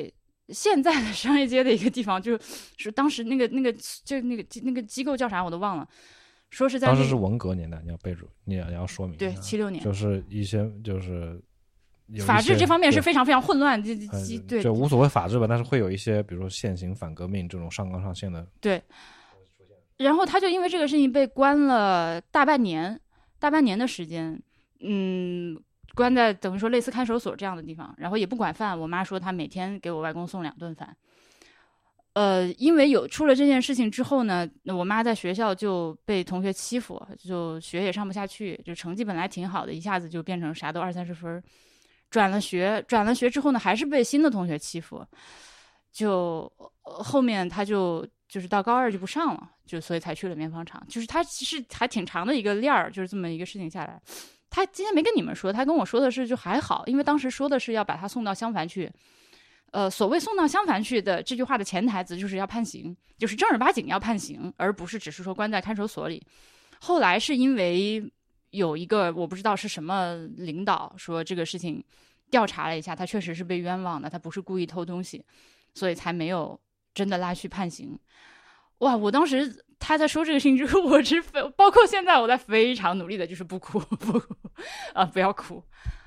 现在的商业街的一个地方，就是当时那个机构叫啥我都忘了，说是在当时是文革年代，你要备注，你要说明。 对，76年， 就是一些就是法治这方面是非常非常混乱，对， 就无所谓法治吧，但是会有一些比如说现行反革命这种上纲上线的。 对，然后他就因为这个事情被关了大半年的时间，关在等于说类似看守所这样的地方，然后也不管饭。我妈说她每天给我外公送2顿饭。因为出了这件事情之后呢，我妈在学校就被同学欺负，就学也上不下去，就成绩本来挺好的，一下子就变成啥都20-30分。转了学之后呢，还是被新的同学欺负，就后面他就是到高2就不上了，就所以才去了棉纺厂。就是他其实还挺长的一个链儿，就是这么一个事情下来。他今天没跟你们说，他跟我说的是就还好，因为当时说的是要把他送到襄樊去。所谓送到襄樊去的这句话的潜台词就是要判刑，就是正儿八经要判刑，而不是只是说关在看守所里。后来是因为有一个我不知道是什么领导说这个事情调查了一下，他确实是被冤枉的，他不是故意偷东西，所以才没有真的拉去判刑。哇，我当时他在说这个事情之后，包括现在我在非常努力的就是不哭不要哭。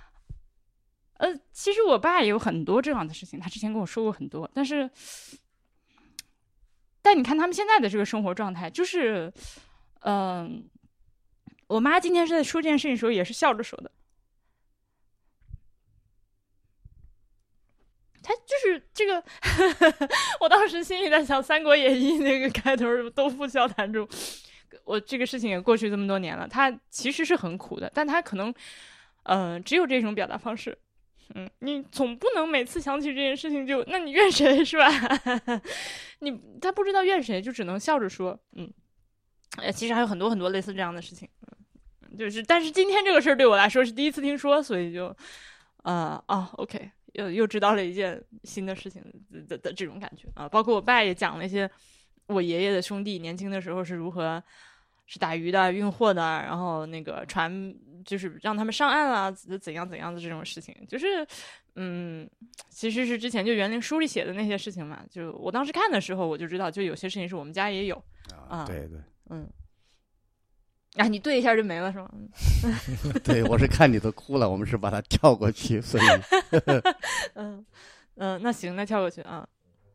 其实我爸也有很多这样的事情，他之前跟我说过很多，但你看他们现在的这个生活状态，就是我妈今天是在说这件事情的时候也是笑着说的。他就是这个我当时心里在想《三国演义》那个开头斗富笑谈中，我这个事情也过去这么多年了，他其实是很苦的，但他可能只有这种表达方式。你总不能每次想起这件事情就那你怨谁是吧他不知道怨谁，就只能笑着说其实还有很多很多类似这样的事情。但是今天这个事儿对我来说是第一次听说，所以就OK， 又知道了一件新的事情的这种感觉包括我爸也讲了一些我爷爷的兄弟年轻的时候是如何是打鱼的运货的，然后那个船就是让他们上岸了怎样怎样的这种事情，就是其实是之前就园林书里写的那些事情嘛，就我当时看的时候我就知道，就有些事情是我们家也有对对， 你对一下就没了是吗？ 对，我是看你都哭了，我们是把它跳过去，所以那行，那跳过去啊。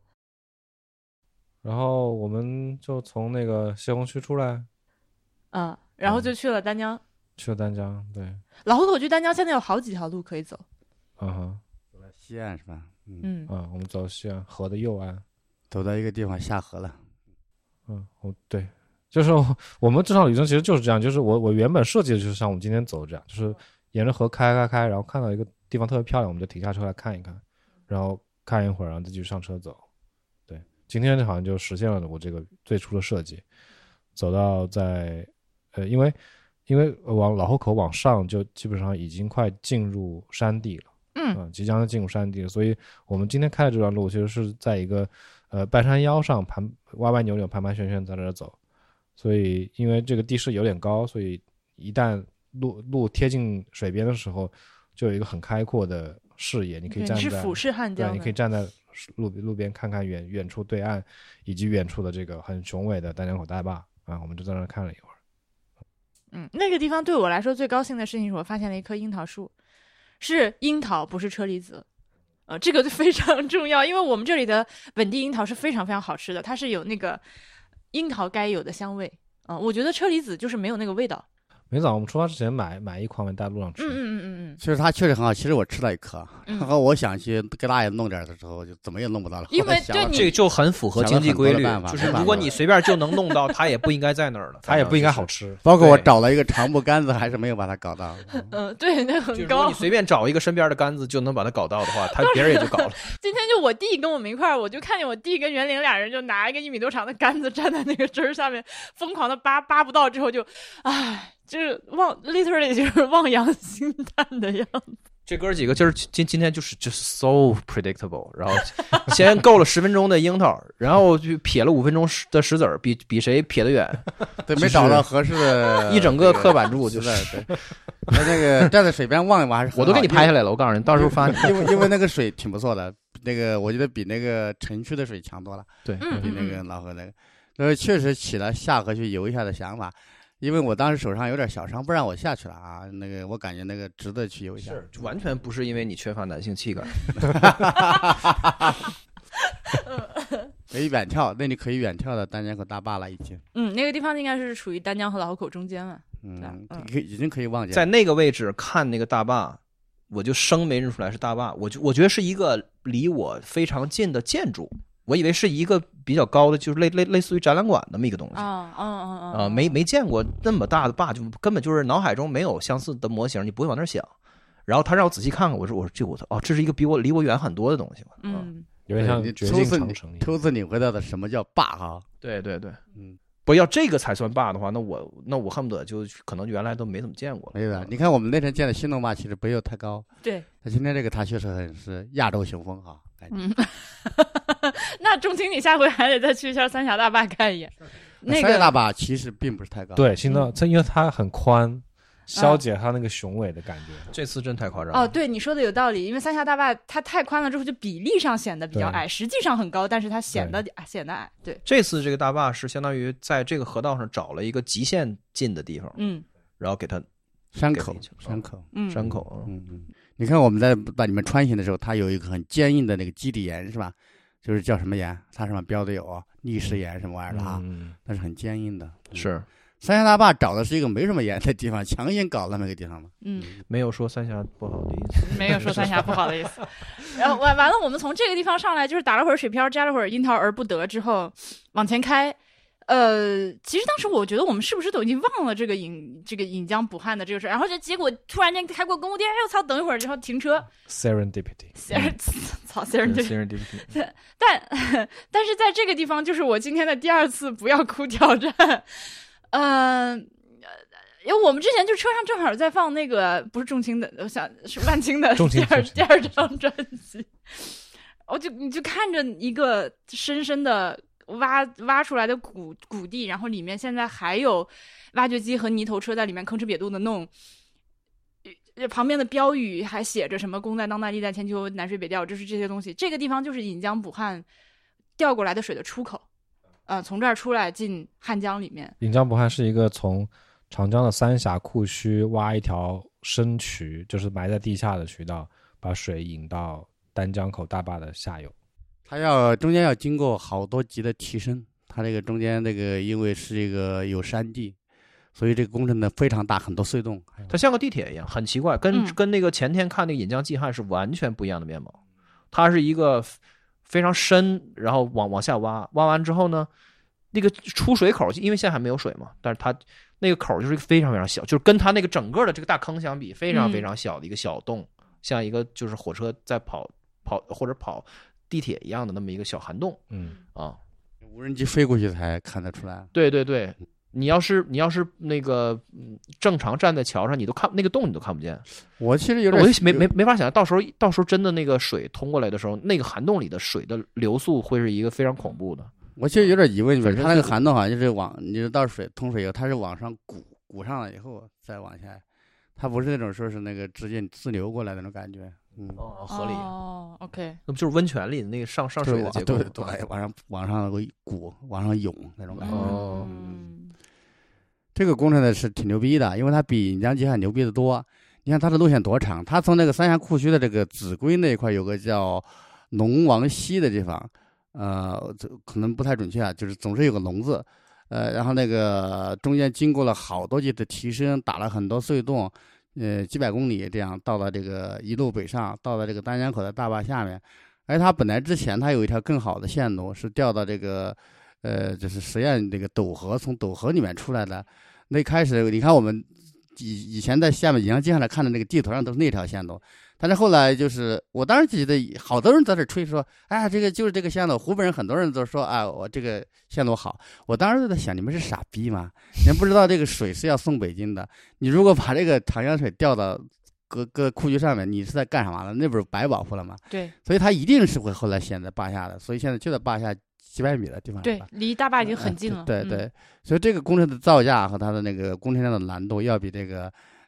然后我们就从那个西红区出来， 然后就去了丹江。 去了丹江，对。 老河口去丹江现在有好几条路可以走。 走到西岸是吧？ 我们走西岸河的右岸， 走到一个地方下河了。 对，就是我们这场旅程其实就是这样，就是我原本设计的就是像我们今天走这样，就是沿着河开，然后看到一个地方特别漂亮，我们就停下车来看一看，然后看一会儿，然后再继续上车走。对，今天好像就实现了我这个最初的设计，走到因为往老河口往上就基本上已经快进入山地了，即将进入山地了，所以我们今天开的这段路其实是在一个半山腰上歪歪扭扭盘盘旋旋在这走，所以因为这个地势有点高，所以一旦路贴近水边的时候，就有一个很开阔的视野，你可以站在， 你是俯视汉江的， 对，你可以站在路边看看远处对岸以及远处的这个很雄伟的丹江口大坝我们就在那看了一会儿。 那个地方对我来说最高兴的事情是我发现了一棵樱桃树，是樱桃不是车厘子，这个非常重要，因为我们这里的本地樱桃是非常非常好吃的，它是有那个樱桃该有的香味我觉得车厘子就是没有那个味道。 每早我们出发之前买一筐带路上吃。 其实它确实很好，其实我吃了一颗，然后我想去给大爷弄点的时候，就怎么也弄不到了。 因为对这就很符合经济规律，就是如果你随便就能弄到，它也不应该在那儿了， 它也不应该好吃。 包括我找了一个长布杆子，还是没有把它搞到。 对，那很高。 你随便找一个身边的杆子就能把它搞到的话，别人也就搞了。 今天就我弟跟我们一块儿，我就看见我弟跟袁玲俩人就拿一个1米多长的杆子站在那个枝儿下面，疯狂的扒不到之后就，就是literally 就是望洋兴叹的样子。 这哥几个今天就是 so predictable， 然后先够了10分钟的樱桃，然后就撇了5分钟的石子儿，比谁撇得远。 对，没找到合适的一整个刻板柱，就是对。那个站在水边望一望还是很好， 我都给你拍下来了，我告诉你，到时候发你。 因为那个水挺不错的， 那个我觉得比那个城区的水强多了， 对， 嗯比那个老河那个，确实起了下河去游一下的想法。因为我当时手上有点小伤，不让我下去了啊。那个我感觉那个值得去游一下， 是完全不是因为你缺乏男性气概。 可以远眺，那里可以远眺的丹江口大坝了已经。 那个地方应该是处于丹江和老河口中间嘛。 已经可以望见。 在那个位置看那个大坝，我就生没认出来是大坝，我觉得是一个离我非常近的建筑。我以为是一个比较高的，就是类似于展览馆那么一个东西没见过那么大的坝，就根本就是脑海中没有相似的模型，你不会往那儿想。然后他让我仔细看看，我说这是一个离我远很多的东西嘛。 有点像绝境长城。 初次领会到的什么叫坝哈？ 对，不要这个才算坝的话，那我恨不得就可能原来都没怎么见过。 没有的，你看我们那天见的新农坝其实没有太高。 对， 那今天这个它确实是亚洲雄风哈。 那仲卿，你下回还得再去一下三峡大坝看一眼。 三峡大坝其实并不是太高。 对，因为它很宽，消解它那个雄伟的感觉。 这次真太夸张了。 对，你说的有道理，因为三峡大坝它太宽了之后，就比例上显得比较矮，实际上很高，但是它显得矮。对， 这次这个大坝是相当于在这个河道上找了一个极限近的地方，然后给它山口。你看我们在把你们穿行的时候，它有一个很坚硬的那个基底岩是吧？就是叫什么岩？它上面标的有砾石岩什么玩意儿的啊？但是很坚硬的。 是三峡大坝找的是一个没什么岩的地方，强行搞那么一个地方嘛。 没有说三峡不好的意思， 没有说三峡不好的意思。然后完了，我们从这个地方上来，就是打了会儿水漂，摘了会儿樱桃而不得之后，往前开。其实当时我觉得我们是不是都已经忘了这个引江补汉的这个事，然后就结果突然间开过公路店，哎呦操，等一会儿之后停车 ，serendipity， 操 serendipity， 但是在这个地方就是我今天的第二次不要哭挑战，因为我们之前就车上正好在放那个不是仲卿的，我想是万青的第二张专辑，你就看着一个深深的挖出来的谷地，然后里面现在还有挖掘机和泥头车在里面吭哧瘪肚的弄，旁边的标语还写着什么功在当代历在千秋南水北调，就是这些东西。这个地方就是引江补汉调过来的水的出口，从这儿出来进汉江里面。 引江补汉是一个从长江的三峡库区挖一条深渠，就是埋在地下的渠道，把水引到丹江口大坝的下游。 它中间要经过好多级的提升，它这个中间这个因为是一个有山地，所以这个工程呢非常大，很多隧洞。 它像个地铁一样，很奇怪，跟那个前天看那个引江济汉是完全不一样的面貌。它是一个非常深，然后往下挖完之后呢，那个出水口，因为现在还没有水嘛，但是它那个口就是一个非常非常小，就是跟它那个整个的这个大坑相比，非常非常小的一个小洞，像一个就是火车在跑或者跑地铁一样的那么一个小涵洞。 无人机飞过去才看得出来。 对，你要是那个正常站在桥上，你都看那个洞，你都看不见。 我其实有点， 我就没法想象，到时候真的那个水通过来的时候，那个涵洞里的水的流速会是一个非常恐怖的。 我其实有点疑问，它那个涵洞好像就是你到通水以后，它是往上鼓上了以后再往下，它不是那种说是那个直接自流过来的那种感觉。 合理。 OK， 那不就是温泉里那个上水的结构？ 对，往上鼓，往上涌那种感觉。这个工程呢是挺牛逼的，因为它比引江济汉牛逼的多。你看它的路线多长，它从那个三峡库区的这个秭归那一块有个叫龙王溪的地方，这可能不太准确啊，就是总是有个龙字，然后那个中间经过了好多级的提升，打了很多隧洞，几百公里这样到了这个一路北上，到了这个丹江口的大坝下面。而它本来之前它有一条更好的线路，是调到这个就是实验这个斗河，从斗河里面出来的。那开始你看我们以前在下面引江济汉来看的那个地图上都是那条线路，但是后来就是我当时记得好多人在这吹说，哎，这个就是这个线路，湖北人很多人都说，哎，我这个线路好。我当时就在想，你们是傻逼吗？你们不知道这个水是要送北京的，你如果把这个长江水调到各库区上面，你是在干什么呢？那不是白保护了吗？ 对， 所以它一定是会后来陷在坝下的，所以现在就在坝下几百米的地方。 对，离大坝已经很近了。 对，所以这个工程的造价和它的那个工程量的难度要比这个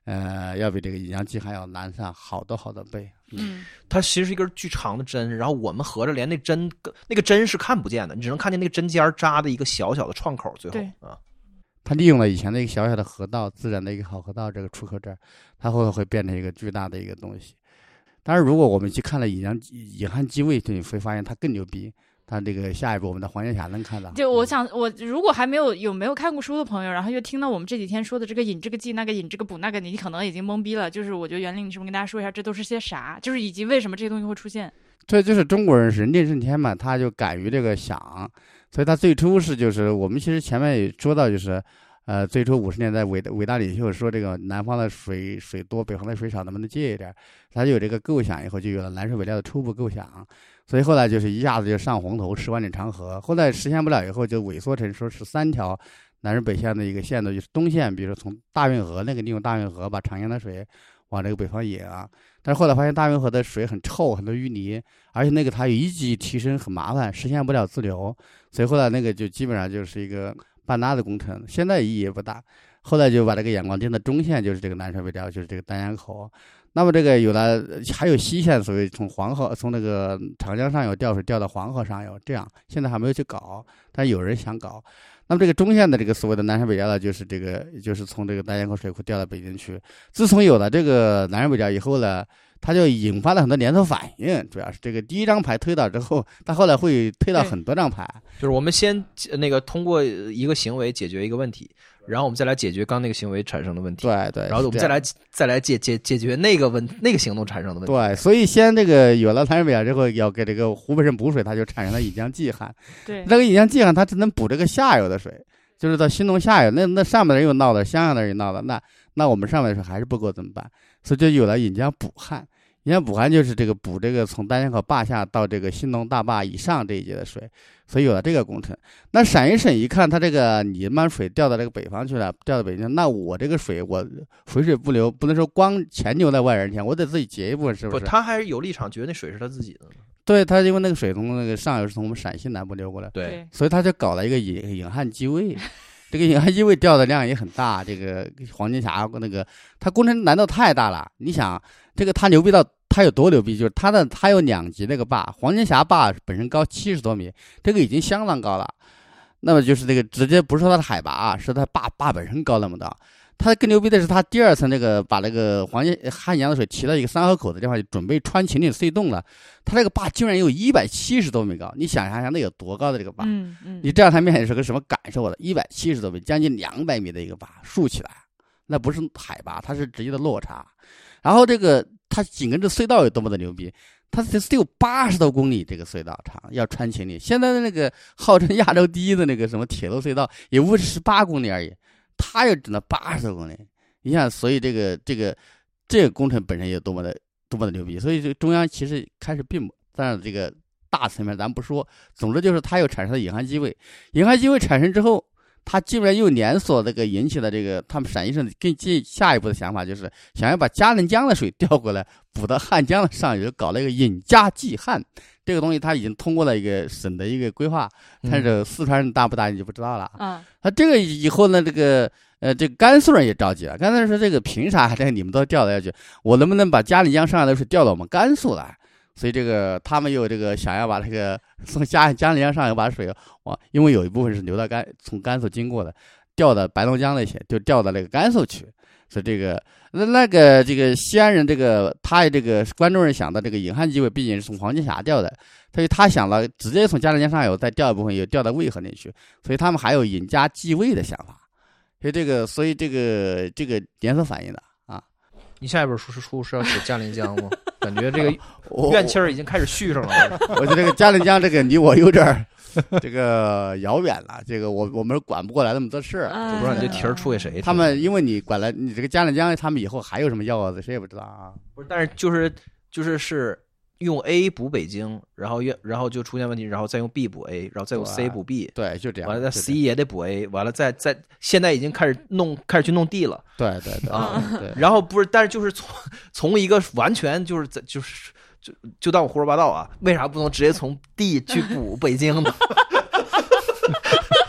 要比这个隐阳剂汗要难上好多好多倍。 它其实是一根巨长的针，然后我们合着连那个针是看不见的，你只能看见那个针尖扎的一个小小的创口，最后啊。 它利用了以前的一个小小的河道，自然的一个好河道这个出口这儿，它会变成一个巨大的一个东西。当然，如果我们去看了隐汉机位，你会发现它更牛逼。它这个下一步我们的黄金峡能看到。 就我想，我如果还没有看过书的朋友，然后又听到我们这几天说的这个引这个剂，那个引这个补那个，你可能已经懵逼了。就是我觉得袁林，你是不是跟大家说一下，这都是些啥？就是以及为什么这些东西会出现？ 这就是中国人是人定胜天嘛，他就敢于这个想，所以他最初是就是我们其实前面也说到就是。最初50年代伟大领袖说这个南方的水多，北方的水少，能不能借一点？他就有这个构想，以后就有了南水北调的初步构想。所以后来就是一下子就上洪头10万里长河，后来实现不了以后就萎缩成说13条南水北线的一个线路，就是东线，比如说从大运河那个利用大运河把长江的水往这个北方引啊。但是后来发现大运河的水很臭，很多淤泥，而且那个它有一级提升很麻烦，实现不了自流，所以后来那个就基本上就是一个半拉的工程，现在意义也不大。后来就把这个眼光定的中线，就是这个南水北调，就是这个丹阳口。那么这个有了，还有西线，所谓从那个长江上游调水调到黄河上游，这样现在还没有去搞，但有人想搞。那么这个中线的这个所谓的南水北调呢，就是从这个丹阳口水库调到北京去。自从有了这个南水北调以后呢，它就引发了很多连锁反应，主要是这个第一张牌推倒之后，它后来会推到很多张牌。 就是我们先通过一个行为解决一个问题，然后我们再来解决刚那个行为产生的问题。 对对， 然后我们再来解决那个行动产生的问题。 对，所以先这个有了南水北调之后，要给这个湖北省补水，它就产生了引江济汉。 对， 这个引江济汉它只能补这个下游的水，就是到新农下游，那上面的人又闹了，襄阳的人又闹了，那我们上面的水还是不够怎么办？所以就有了引江补汉。引江补汉就是这个补这个从丹江口坝下到这个新农大坝以上这一节的水，所以有了这个工程。那陕西省一看，它这个你把水调到这个北方去了，调到北京，那我这个水我回水不流，不能说光钱留在外人前，我得自己结一部分，是不是？ 他还是有立场，觉得那水是他自己的。 对，他因为那个水从那个上游是从我们陕西南部流过来， 对， 所以他就搞了一个引汉机位。这个引汉机位调的量也很大，这个黄金峡那个，它工程难度太大了。你想，这个它牛逼到它有多牛逼？就是它有2级那个坝，黄金峡坝本身高70多米，这个已经相当高了。那么就是这个直接不是说它的海拔，是它坝本身高那么高。它更牛逼的是，它第2层那个把那个汉江的水提到一个3河口的地方，就准备穿秦岭隧洞了。它这个坝居然有170多米高，你想象一下那有多高的这个坝？你这样它面前是个什么感受的？170多米，将近200米的一个坝竖起来，那不是海拔，它是直接的落差。然后这个它紧跟着隧道有多么的牛逼？它得有80多公里这个隧道长，要穿秦岭。现在的那个号称亚洲第一的那个什么铁路隧道，也不是18公里而已。它又只能80多公里，你想，所以这个工程本身也多么的牛逼，所以这中央其实开始并不，当然这个大层面咱不说，总之就是它又产生了引汉机位，引汉机位产生之后，它基本上又连锁这个引起了这个他们陕西省更进下一步的想法，就是想要把嘉陵江的水调过来补到汉江的上游，搞了一个引嘉济汉。这个东西它已经通过了一个省的一个规划，但是四川人答不答应就不知道了。那这个以后呢，这个甘肃人也着急了。甘肃人说这个凭啥这个你们都调了下去，我能不能把嘉陵江上游的水调到我们甘肃来？所以这个他们有这个想要把这个从嘉陵江上游把水因为有一部分是流到从甘肃经过的，调到白龙江那些就调到那个甘肃去。所以这个这个西安人他这个关中人想到这个引汉机位毕竟是从黄金峡调的，所以他想了直接从嘉陵江上游再调一部分也调到渭河那去，所以他们还有引嘉济渭的想法。所以这个连锁反应的啊。 你下一本书是要写嘉陵江吗？感觉这个怨气儿已经开始续上了。 我觉得这个嘉陵江这个离我有点这个遥远了，这个我们管不过来那么多事儿， 不知道你这题儿出给谁？ 他们因为你管了你这个嘉陵江，他们以后还有什么幺蛾子，谁也不知道啊。 不是，但是就是用 A 补北京，然后就出现问题，然后再用 B 补 A， 然后再用 C 补 B， 对，就这样。 完了 C 也得补 A， 完了再现在已经开始去弄 D 了。 对啊，对。然后不是，但是就是从一个完全就当我胡说八道啊！为啥不能直接从 D 去补北京呢？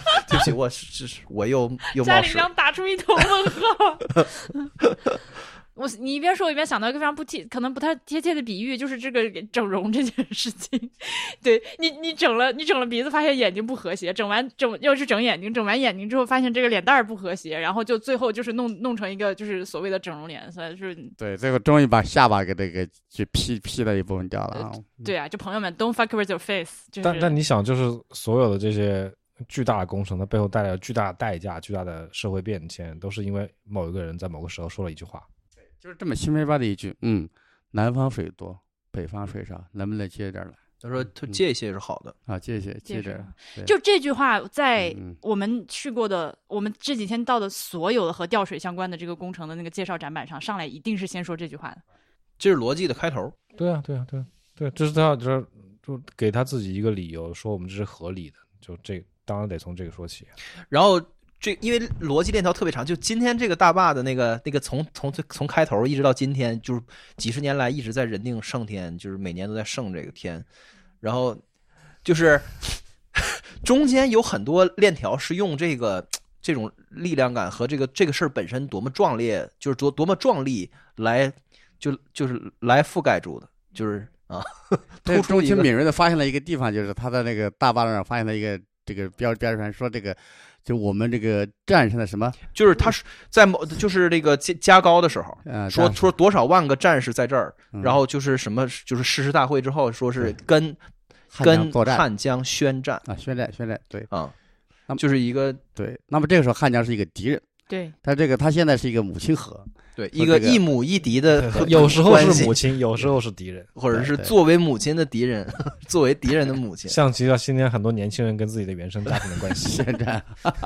起，我又家里冒失。 娘打出一头问号。你一边说，我一边想到一个非常可能不太贴切的比喻，就是这个整容这件事情。对你整了鼻子，发现眼睛不和谐，又是整眼睛，整完眼睛之后发现这个脸蛋儿不和谐，然后就最后就是弄成一个就是所谓的整容脸，所以是对，最后终于把下巴给这个去劈了一部分掉了啊。 对啊，就朋友们 ，don't fuck with your face 就是。 但你想，就是所有的这些巨大的工程，它背后带来了巨大的代价、巨大的社会变迁，都是因为某一个人在某个时候说了一句话。 就是这么轻飘飘的一句，南方水多，北方水少，能不能接点来？ 他说他借一些是好的啊，接点。 就这句话，在我们去过的，我们这几天到的所有的和调水相关的这个工程的那个介绍展板上，上来一定是先说这句话的。 这是逻辑的开头。 对啊，这是他就给他自己一个理由，说我们这是合理的，就这当然得从这个说起。 然后因为逻辑链条特别长，就今天这个大坝的那个从开头一直到今天，就是几十年来一直在人定胜天，就是每年都在胜这个天，然后就是中间有很多链条是用这种力量感和这个事儿本身多么壮烈，就是多么壮丽来就是来覆盖住的，就是啊，突出一个中青敏锐的发现了一个地方，就是他在那个大坝上发现了一个这个标识上说这个。就我们这个战士的什么， 就是他在就是这个加高的时候，说多少万个战士在这儿，然后就是什么，就是誓师大会之后说是跟汉江宣战啊，宣战，对啊，就是一个对。那么这个时候汉江是一个敌人， 对， 他现在是一个母亲河。 对，一个一母一敌的， 有时候是母亲，有时候是敌人， 或者是作为母亲的敌人，作为敌人的母亲， 像极了今天很多年轻人跟自己的原生家庭的关系。 现在，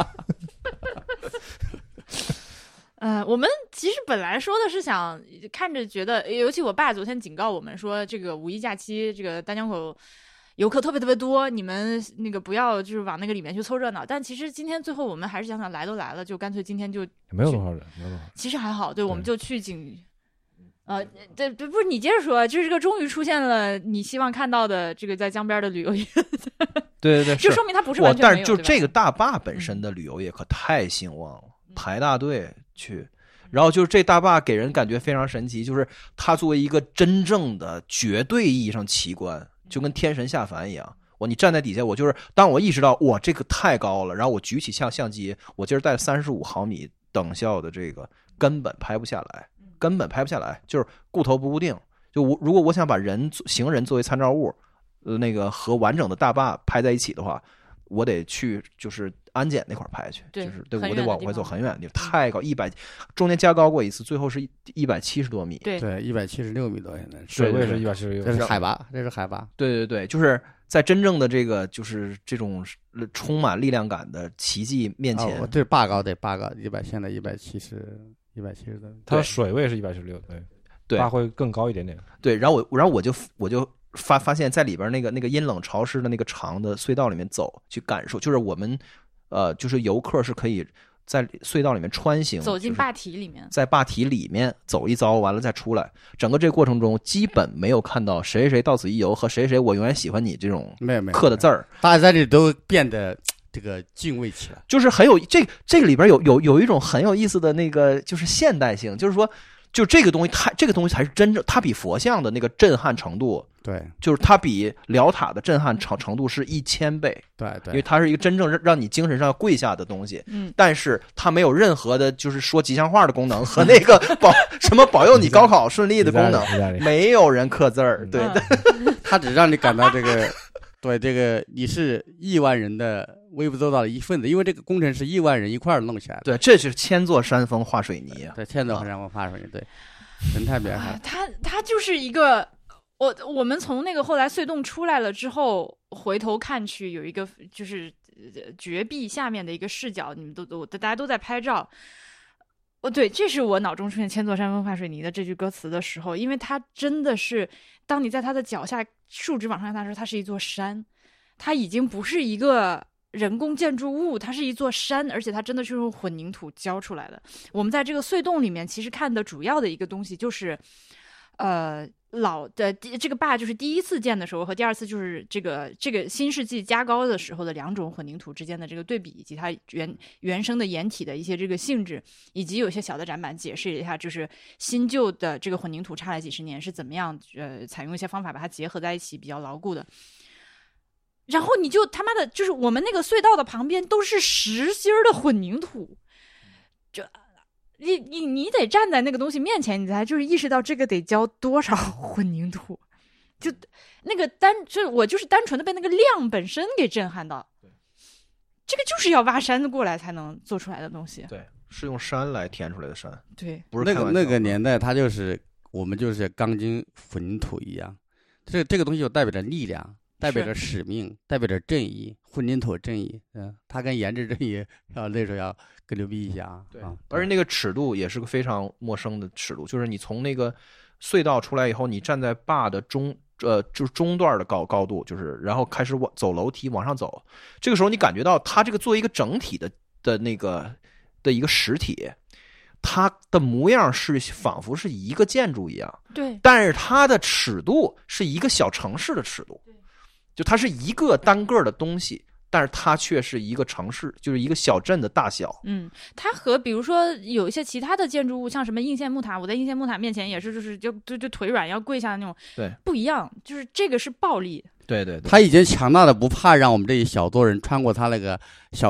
我们其实本来说的是想看着觉得，尤其我爸昨天警告我们说，这个五一假期这个丹江口游客特别多，你们那个不要就是往那个里面去凑热闹。但其实今天最后我们还是想来都来了，就干脆今天就没有多少人， 其实还好。对，我们就去对，不是你接着说，就是这个终于出现了你希望看到的这个在江边的旅游业。 对， 就说明它不是完全没有。 但是就这个大坝本身的旅游业可太兴旺了，排大队去。然后就是这大坝给人感觉非常神奇，就是它作为一个真正的绝对意义上奇观。就跟天神下凡一样，你站在底下，我就是当我意识到哇这个太高了，然后我举起相机，我今儿带35毫米等效的这个根本拍不下来，就是顾头不固定。就如果我想把行人作为参照物，那个和完整的大坝拍在一起的话，我得去就是安检那块拍去，就是对我得往回走很远的地方，太高100，中间加高过一次，最后是170多米， 对 ，176米多，现在水位是176， 这是海拔， 对，就是在真正的这个就是这种充满力量感的奇迹面前， 这是坝高现在170的， 它的水位是176， 对， 坝会更高一点点， 对，然后我就发现在里边那个阴冷潮湿的那个长的隧道里面走去感受，就是我们就是游客是可以在隧道里面穿行， 走进坝体里面， 在坝体里面走一遭，完了再出来。整个这个过程中，基本没有看到谁谁到此一游和谁谁我永远喜欢你这种刻的字儿， 大家在这里都变得这个敬畏起来， 就是很有这个里边有一种很有意思的那个就是现代性，就是说。就这个东西，这个东西才是真正，它比佛像的那个震撼程度， 对， 就是它比辽塔的震撼程度是1000倍， 对， 因为它是一个真正让你精神上跪下的东西，但是它没有任何的，就是说吉祥话的功能和那个保佑你高考顺利的功能，没有人刻字儿，对， 它只让你感到这个。对，这个你是亿万人的微不足道的一份子，因为这个工程是亿万人一块儿弄起来的。 对，这是千座山峰画水泥啊！ 对，千座山峰画水泥，对，人太厉害了。 它就是一个，我们从那个后来隧洞出来了之后，回头看去有一个就是绝壁下面的一个视角，你们大家都在拍照。对，这是我脑中出现千座山峰画水泥的这句歌词的时候，因为它真的是，当你在它的脚下竖直往上看的时候，它是一座山，它已经不是一个人工建筑物，它是一座山，而且它真的是用混凝土浇出来的。我们在这个隧洞里面其实看的主要的一个东西就是老的这个坝就是第一次建的时候和第二次就是这个新世纪加高的时候的两种混凝土之间的这个对比，以及它原生的岩体的一些这个性质，以及有些小的展板解释一下，就是新旧的这个混凝土差了几十年是怎么样采用一些方法把它结合在一起比较牢固的。然后你就他妈的，就是我们那个隧道的旁边都是实心的混凝土，就你得站在那个东西面前，你才就是意识到这个得浇多少混凝土，就那个我就是单纯的被那个量本身给震撼到。这个就是要挖山子过来才能做出来的东西。 对，是用山来填出来的山。 对， 不是那个年代，它就是我们就是钢筋混凝土一样，这个东西就代表着力量。代表着使命，代表着正义，混凝土正义，它跟颜值正义那时候要更牛逼一下啊！ 对，而且那个尺度也是个非常陌生的尺度，就是你从那个隧道出来以后，你站在坝的就是中段的高度，就是然后开始走楼梯往上走，这个时候你感觉到它这个作为一个整体的那个的一个实体，它的模样是仿佛是一个建筑一样， 对， 但是它的尺度是一个小城市的尺度。就它是一个单个的东西，但是它却是一个城市，就是一个小镇的大小。 它和比如说有一些其他的建筑物，像什么应县木塔，我在应县木塔面前也是就腿软要跪下的那种， 对， 不一样，就是这个是暴力。 对对对， 他已经强大的不怕让我们这一小撮人穿过他那个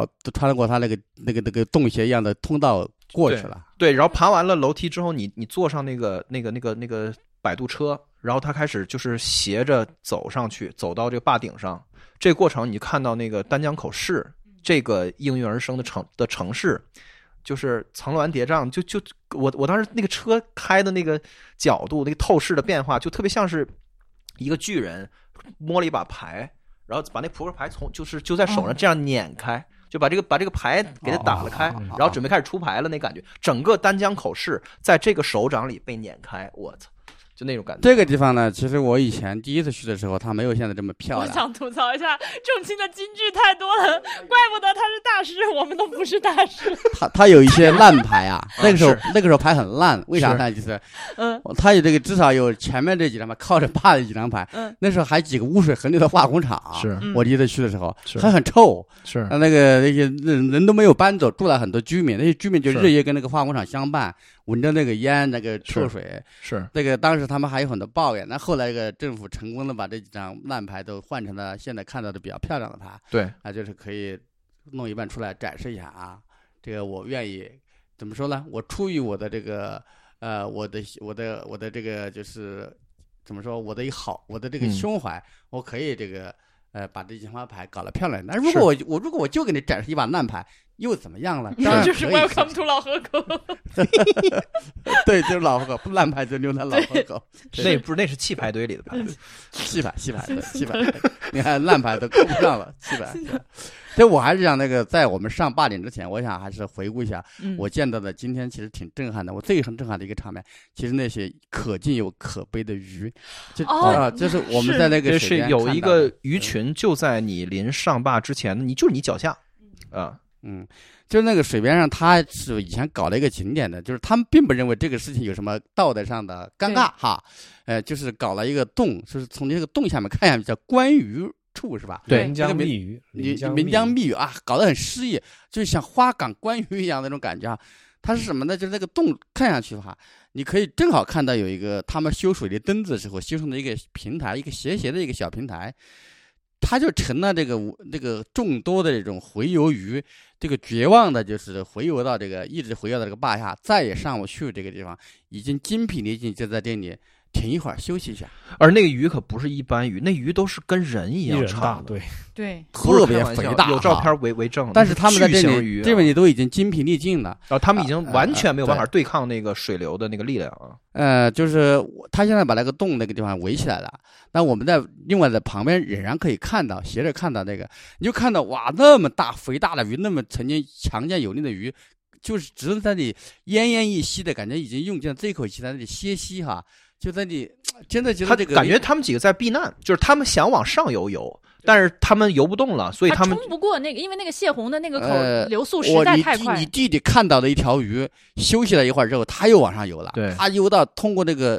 洞穴一样的通道过去了。 对，然后爬完了楼梯之后，你坐上那个摆渡车。然后他开始就是斜着走上去，走到这个坝顶上。这个过程，你看到那个丹江口市这个应运而生的城市，就是层峦叠嶂。就我当时那个车开的那个角度，那个透视的变化，就特别像是一个巨人摸了一把牌，然后把那扑克牌就在手上这样碾开，就把这个牌给它打了开，然后准备开始出牌了。那感觉，整个丹江口市在这个手掌里被碾开，我操！就那种感觉。 这个地方呢，其实我以前第一次去的时候，它没有现在这么漂亮。 我想吐槽一下，仲卿的金句太多了，怪不得他是大师，我们都不是大师。 他有一些烂牌啊，那个时候牌很烂，为啥呢？就是他有这个至少有前面这几张牌靠着坝的几张牌，那时候还几个污水横流的化工厂。 是我第一次去的时候，还很臭。 是那些人都没有搬走，住了很多居民，那些居民就日夜跟那个化工厂相伴。闻着那个烟，那个臭水， 是那个当时他们还有很多抱怨。那后来这个政府成功的把这几张烂牌都换成了现在看到的比较漂亮的牌。 对， 就是可以弄一半出来展示一下啊。这个我愿意怎么说呢？我出于我的这个我的这个就是怎么说？我的这个胸怀，我可以这个把这几张牌搞得漂亮。那如果我就给你展示一把烂牌。又怎么样了？当然就是 Welcome to 老河口。 对，就是老河口，烂牌就留在老河口。 那是弃牌堆里的牌， 弃牌。你看烂牌都够不上了，弃牌。所以我还是想那个，在我们上坝顶之前，我想还是回顾一下我见到的今天其实挺震撼的。我最震撼的一个场面，其实那些可敬又可悲的鱼，就是我们在那个水边是有一个鱼群就在你临上坝之前，就是你脚下啊。 就是那个水边上，他是以前搞了一个景点的，就是他们并不认为这个事情有什么道德上的尴尬哈，就是搞了一个洞，就是从这个洞下面看下去叫观鱼处是吧？ 对， 岷江密鱼， 岷江密鱼啊，搞得很诗意，就是像花港观鱼一样那种感觉啊。它是什么呢？就是那个洞看下去的话，你可以正好看到有一个他们修水利墩子的时候修成的一个平台，一个斜的一个小平台。它就成了这个众多的这种洄游鱼，这个绝望的就是一直洄游到这个坝下，再也上不去这个地方，已经精疲力尽，就在这里停一会儿休息一下。 而那个鱼可不是一般鱼，那鱼都是跟人一样长的， 对， 特别肥大， 有照片为证。 但是他们在这里都已经精疲力尽了， 然后他们已经完全没有办法对抗那个水流的那个力量啊。就是他现在把那个洞那个地方围起来了，但我们在另外在旁边仍然可以看到，斜着看到那个，你就看到哇，那么大肥大的鱼，那么曾经强健有力的鱼，就是只能在那里奄奄一息的感觉，已经用尽了这口气在那里歇息哈。就在你真的觉得这个感觉他们几个在避难，就是他们想往上游，但是他们游不动了，所以他们冲不过那个，因为那个泄洪的那个口流速实在太快。 你弟弟看到了一条鱼，休息了一会儿之后，他又往上游了。 对， 他游到通过那个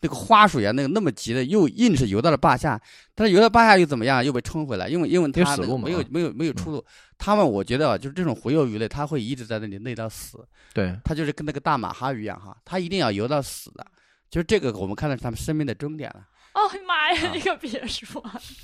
那个花水啊，那么急的，又硬是游到了坝下，但是游到坝下又怎么样？又被冲回来，因为它没有出路。他们我觉得啊，就是这种洄游鱼类，它会一直在那里累到死。 对， 它就是跟那个大马哈鱼一样哈，它一定要游到死的。就是这个，我们看到是他们生命的终点了。 哦妈呀，你可别说。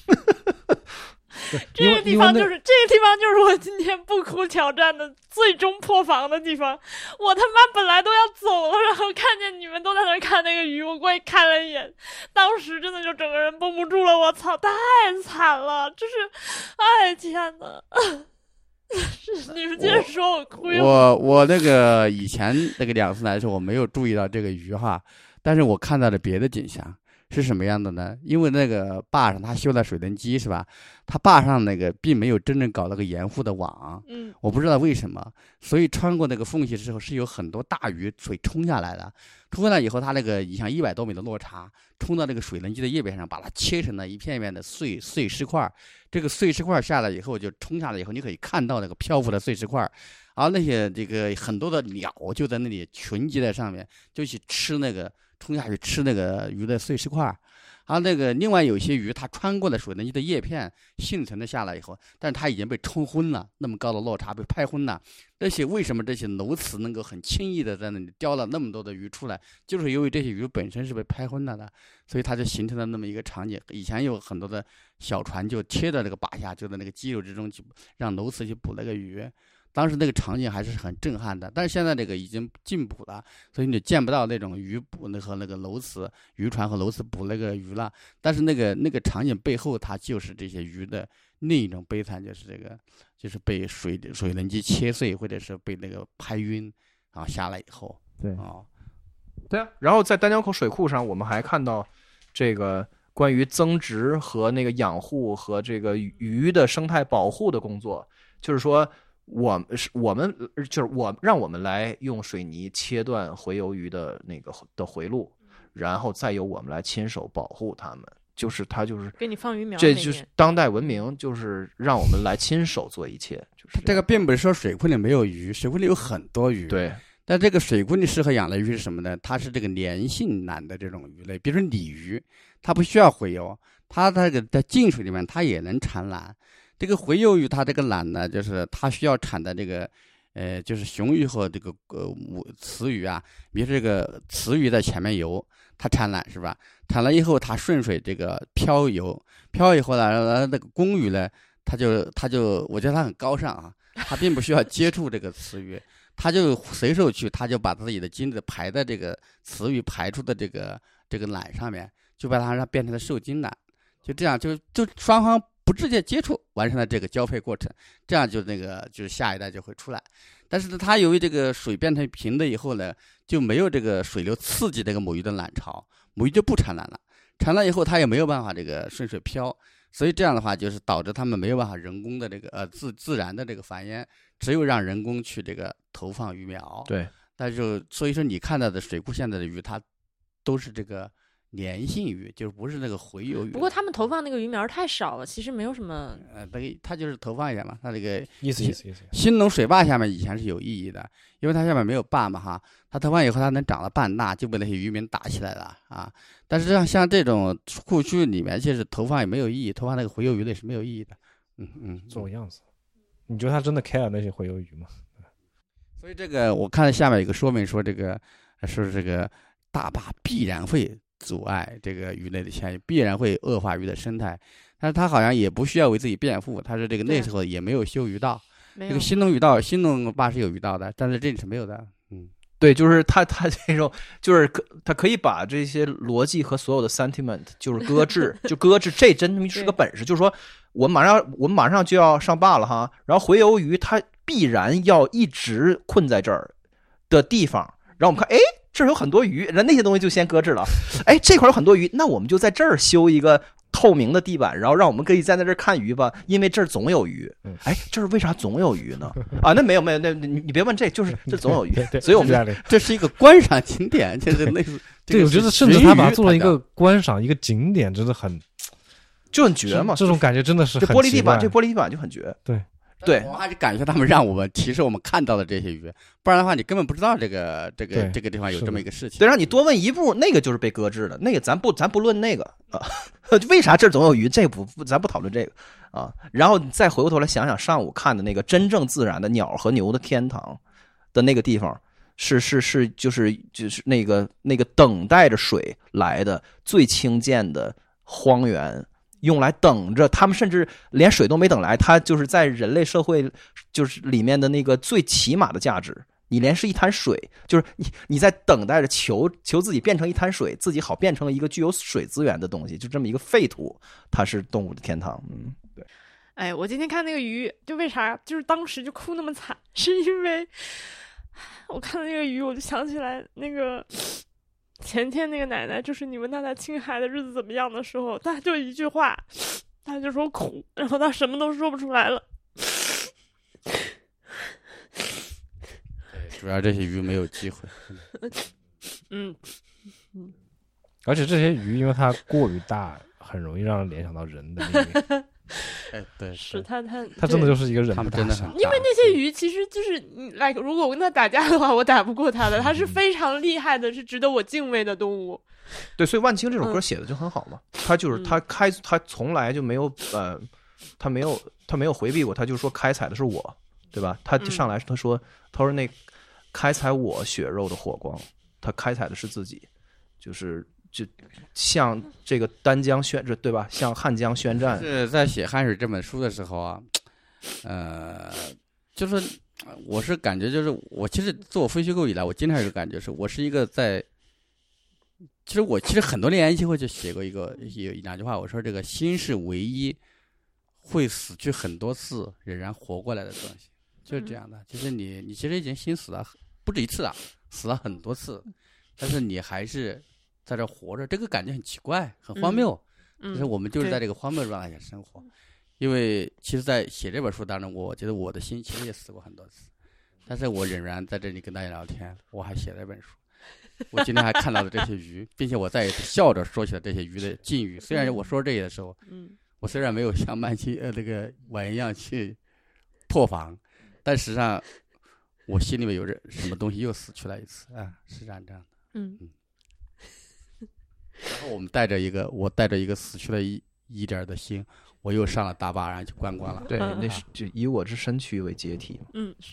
这个地方就是我今天不哭挑战的最终破防的地方。我他妈本来都要走了，然后看见你们都在那看那个鱼，我过去看了一眼，当时真的就整个人绷不住了，我操，太惨了，就是哎天哪。你们接着说，我哭一会儿。 我那个以前那个2次来的时候，我没有注意到这个鱼哈，但是我看到了别的景象。是什么样的呢？因为那个坝上它修了水轮机是吧？它坝上那个并没有真正搞那个严护的网，我不知道为什么，所以穿过那个缝隙之后是有很多大鱼水冲下来的，冲下来以后它那个你像100多米的落差，冲到那个水轮机的叶片上，把它切成了一片片的碎石块。这个碎石块下来以后就冲下来以后，你可以看到那个漂浮的碎石块，而那些这个很多的鸟就在那里群集在上面，就去吃那个。冲下去吃那个鱼的碎石块，那个另外有些鱼它穿过了水轮机的叶片幸存的下来以后，但是它已经被冲昏了，那么高的落差被拍昏了。为什么这些鸬鹚能够很轻易的在那里叼了那么多的鱼出来，就是因为这些鱼本身是被拍昏了的，所以它就形成了那么一个场景。以前有很多的小船就贴到这个坝下，就在那个激流之中去让鸬鹚去捕那个鱼。当时那个场景还是很震撼的，但是现在这个已经进补了，所以你见不到那种鱼捕和那个鸬鹚渔船和鸬鹚捕那个鱼了。但是那个场景背后，它就是这些鱼的另一种悲惨，就是被水轮机切碎，或者是被那个拍晕下来以后。 对对啊。然后在丹江口水库上，我们还看到这个关于增殖和那个养护和这个鱼的生态保护的工作，就是说。让我们来用水泥切断洄游鱼的那个的回路，然后再由我们来亲手保护它们。就是给你放鱼苗， 这就是当代文明，就是让我们来亲手做一切。就是这个并不是说水库里没有鱼，水库里有很多鱼。 对， 但这个水库里适合养的鱼是什么呢？它是这个粘性懒的这种鱼类，比如说鲤鱼，它不需要洄游，它这个在静水里面它也能产卵。这个洄游鱼它这个卵呢，就是它需要产的这个，就是雄鱼和这个雌鱼啊，比如说这个雌鱼在前面游，它产卵是吧？产了以后它顺水这个漂游以后呢，那个公鱼呢，它就我觉得它很高尚啊，它并不需要接触这个雌鱼，它就随手去，它就把自己的精子排在这个雌鱼排出的这个卵上面，就把它让变成了受精卵，就这样就双方。不直接接触完成了这个交配过程，这样就是下一代就会出来。但是呢，它由于这个水变成平的以后呢，就没有这个水流刺激这个母鱼的卵巢，母鱼就不产卵了。产卵以后，它也没有办法这个顺水漂，所以这样的话就是导致它们没有办法人工的这个自然的这个繁衍，只有让人工去这个投放鱼苗。 对， 但是所以说你看到的水库现在的鱼，它都是这个。粘性鱼就是不是那个洄游鱼， 不过他们投放那个鱼苗太少了，其实没有什么。 它就是投放一点嘛，它这个意思。 兴隆水坝下面以前是有意义的，因为它下面没有坝嘛哈，它投放以后它能长到半大，就被那些渔民打起来了啊。但是像这种库区里面，其实投放也没有意义，投放那个洄游鱼类是没有意义的。 做个样子。你觉得他真的 care 那些洄游鱼吗？ 所以这个我看下面有个说明说，这个大坝必然会。阻碍这个鱼类的迁移，必然会恶化鱼的生态，但是他好像也不需要为自己辩护，他说这个那时候也没有修鱼道，这个兴隆坝是有鱼道的，但是这里是没有的。 对，就是他这种，就是他可以把这些逻辑和所有的 sentiment 就是搁置，这真是个本事。就是说，我们马上就要上坝了哈，然后洄游鱼它必然要一直困在这儿的地方，然后我们看，哎。这儿有很多鱼，那些东西就先搁置了。哎，这块有很多鱼，那我们就在这儿修一个透明的地板，然后让我们可以站在这儿看鱼吧，因为这儿总有鱼。哎，这儿为啥总有鱼呢？啊，那没有，那你别问这，就是这总有鱼，所以我们这是一个观赏景点，就是类似。 对，我觉得甚至他把它做了一个观赏一个景点，真的很就很绝嘛。 这种感觉真的是很这玻璃地板就很绝。 对。 对， 我还是感谢他们让我们提示我们看到的这些鱼，不然的话你根本不知道这个地方有这么一个事情。 对，让你多问一步，那个就是被搁置的，那个咱不论那个啊，为啥这总有鱼？这咱不讨论这个啊。然后再回过头来想想上午看的那个真正自然的鸟和牛的天堂的那个地方，就是那个等待着水来的最清贱的荒原。用来等着他们，甚至连水都没等来，它就是在人类社会就是里面的那个最起码的价值。你连是一滩水，就是你在等待着求自己变成一滩水，自己好变成一个具有水资源的东西，就这么一个废土，它是动物的天堂。对。 哎，我今天看那个鱼，就为啥就是当时就哭那么惨，是因为我看那个鱼，我就想起来那个。前天那个奶奶，就是你问她在青海的日子怎么样的时候，她就一句话，她就说苦，然后她什么都说不出来了。 主要这些鱼没有机会。 而且这些鱼因为它过于大，很容易让人联想到人的命运。 哎，对， 是它真的就是一个人， 他们真的很大。 因为那些鱼其实就是like 如果我跟它打架的话，我打不过它的，它是非常厉害的，是值得我敬畏的动物。 对，所以万青这首歌写的就很好嘛，他就是他从来就没有他没有回避过，他就说开采的是我，对吧？他上来他说那开采我血肉的火光，他开采的是自己，就像这个丹江宣战，对吧？像汉江宣战。 是在写《汉水》这本书的时候啊，就是我是感觉，就是我其实做非虚构以来，我经常有个感觉是，我是一个其实很多年以后就写过有两句话，我说这个心是唯一会死去很多次仍然活过来的东西，就是这样的。就是你其实已经心死了不止一次了，死了很多次，但是你还是在这活着，这个感觉很奇怪，很荒谬。就是我们就是在这个荒谬状态下生活。因为其实在写这本书当中，我觉得我的心其实也死过很多次，但是我仍然在这里跟大家聊天，我还写了一本书。我今天还看到了这些鱼，并且我在笑着说起了这些鱼的境遇。虽然我说这些的时候，我虽然没有像那个晚一样去破防，但实际上我心里面有什么东西又死去了一次啊，是这样的。然后我带着一个死去了一点的心，我又上了大巴，然后去观光了。 对，那是就以我之身躯为解体。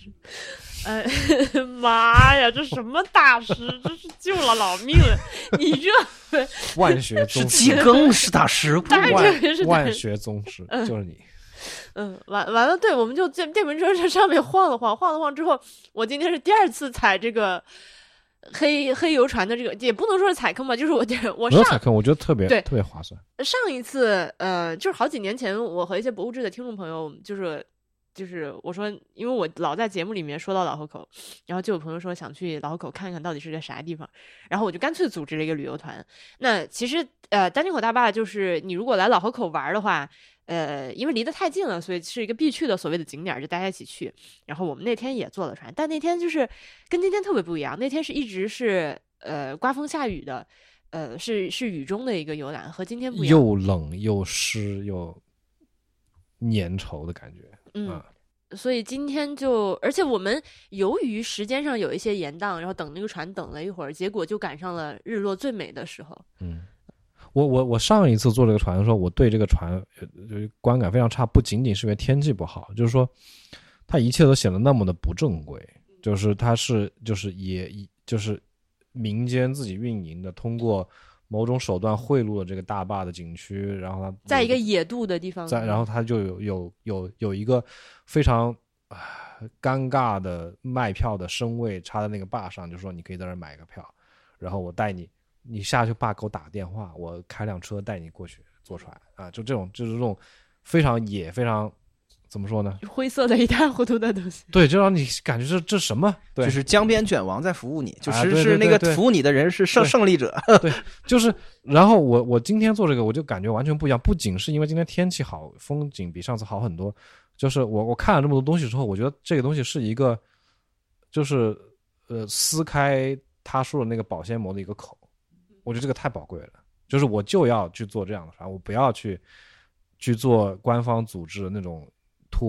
是。妈呀，这什么大师？这是救了老命了！你这万学宗师， 是季庚是大师， 万学宗师就是你。 完了，对，我们就电瓶车在上面晃了晃之后，我今天是第2次踩这个黑游船的这个，也不能说是踩坑吧，就是我没有踩坑，我觉得特别划算。 上一次就是好几年前，我和一些博物志的听众朋友，就是我说，因为我老在节目里面说到老河口，然后就有朋友说想去老河口看看到底是个啥地方，然后我就干脆组织了一个旅游团。那其实丹江口大坝就是你如果来老河口玩的话，因为离得太近了，所以是一个必去的所谓的景点，就大家一起去。然后我们那天也坐了船，但那天就是跟今天特别不一样，那天是一直是刮风下雨的，是雨中的一个游览，和今天不一样， 又冷又湿又粘稠的感觉。 所以今天而且我们由于时间上有一些延宕，然后等那个船等了一会儿，结果就赶上了日落最美的时候。 我上一次坐这个船的时候，我对这个船观感非常差，不仅仅是因为天气不好，就是说它一切都显得那么的不正规，就是它就是民间自己运营的，通过某种手段贿赂了这个大坝的景区，然后它在一个野渡的地方， 然后它就有一个非常尴尬的卖票的身位插在那个坝上，就说你可以在这儿买个票，然后我带你下去坝给我打电话，我开辆车带你过去坐船啊，就是这种非常野非常怎么说呢？ 灰色的一塌糊涂的东西。 对，就让你感觉这什么？对， 就是江边卷王在服务你，就是那个服务你的人是胜利者。 对，就是。然后我今天做这个，我就感觉完全不一样。不仅是因为今天天气好，风景比上次好很多，就是我看了这么多东西之后，我觉得这个东西是一个，就是撕开他说的那个保鲜膜的一个口。我觉得这个太宝贵了，就是我就要去做这样的船，我不要去做官方组织的那种 tour，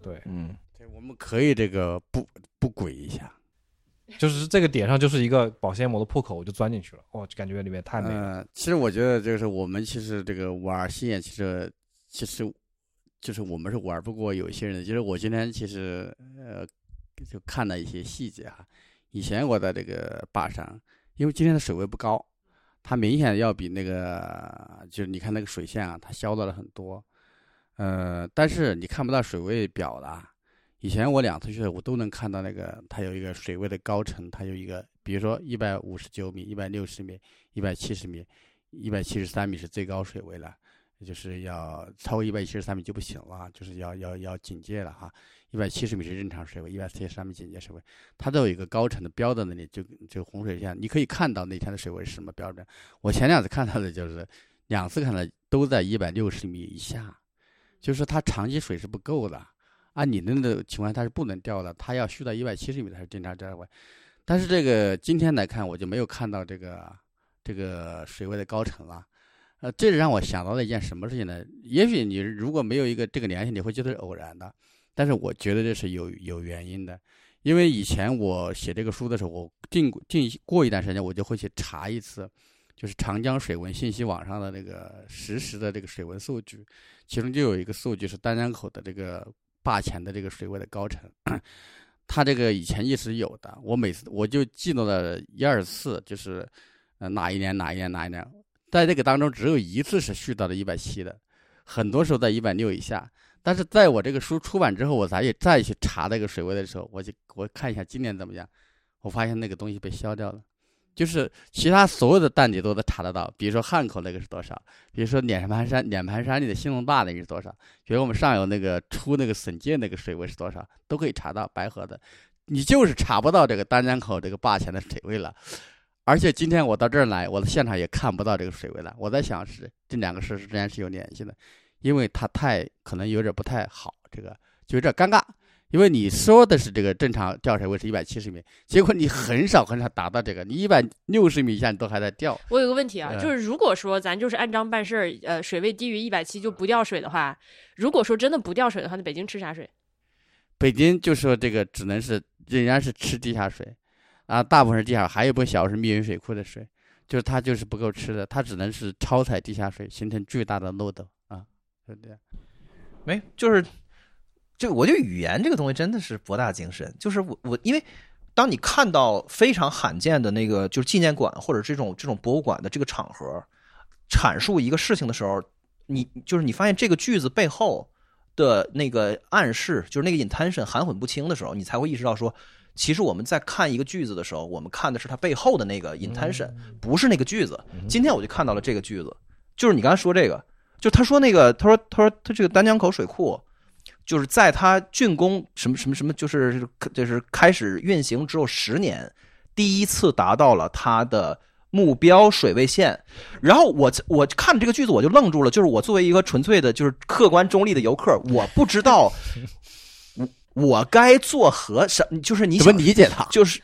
对， 对，我们可以这个不轨一下。 就是这个点上就是一个保鲜膜的破口，我就钻进去了，就感觉里面太美了。 其实我觉得就是我们其实这个玩心眼，其实就是我们是玩不过有一些人的。就是我今天其实就看了一些细节哈。以前我在这个坝上，因为今天的水位不高，它明显要比那个就是你看那个水线啊，它消掉了很多。但是你看不到水位表的。以前我2次去我都能看到那个，它有一个水位的高程，它有一个，比如说159米、160米、170米、173米是最高水位了，就是要超过173米就不行了，就是要警戒了哈。170米是正常水位，173米警戒水位，它都有一个高程的标在那里，就洪水线，你可以看到那天的水位是什么标准。我前2次看到的就是2次看到都在160米以下，就是它长期水是不够的。按理论的情况它是不能掉的，它要续到170米才是正常这位。但是这个今天来看，我就没有看到这个水位的高程了。这让我想到了一件什么事情呢？也许你如果没有一个这个联系，你会觉得是偶然的，但是我觉得这是有原因的。因为以前我写这个书的时候，我过一段时间我就会去查一次，就是长江水文信息网上的那个实时的这个水文数据，其中就有一个数据是丹江口的这个坝前的这个水位的高程，它这个以前一直有的，我就记录了1、2次，就是哪一年，在这个当中只有1次是续到了170的，很多时候在160以下。但是在我这个书出版之后，我再去查这个水位的时候，我看一下今年怎么样，我发现那个东西被消掉了。就是其他所有的淡底都能查得到，比如说汉口那个是多少，比如说脸盘山里的兴隆坝那个是多少，比如我们上游那个出那个沈界那个水位是多少，都可以查到白河的。你就是查不到这个丹江口这个坝前的水位了。而且今天我到这儿来，我的现场也看不到这个水位了。我在想是这2个事实之间是有联系的，因为它可能有点不太好，这个就有点尴尬。因为你说的是这个正常掉水位是170米，结果你很少达到这个，你160米以下你都还在掉。 我有个问题啊，就是如果说咱就是按章办事儿，水位低于170就不掉水的话，如果说真的不掉水的话，那北京吃啥水？ 北京就说这个只能是仍然是吃地下水啊，大部分是地下，还有一部分小是密云水库的水，就是它就是不够吃的，它只能是超采地下水，形成巨大的漏斗啊，对不对？ 没，就是这个，我觉得语言这个东西真的是博大精深。就是我因为当你看到非常罕见的那个就是纪念馆或者这种博物馆的这个场合阐述一个事情的时候，你发现这个句子背后的那个暗示，就是那个 intention 含混不清的时候，你才会意识到说，其实我们在看一个句子的时候，我们看的是它背后的那个 intention，不是那个句子。今天我就看到了这个句子，就是你刚才说这个，就他说那个，他说他这个丹江口水库。就是在它竣工什么，就是开始运行只有10年，第一次达到了它的目标水位线。然后我看这个句子我就愣住了，就是我作为一个纯粹的就是客观中立的游客，我不知道我该作何什，就是你怎么理解它， 就是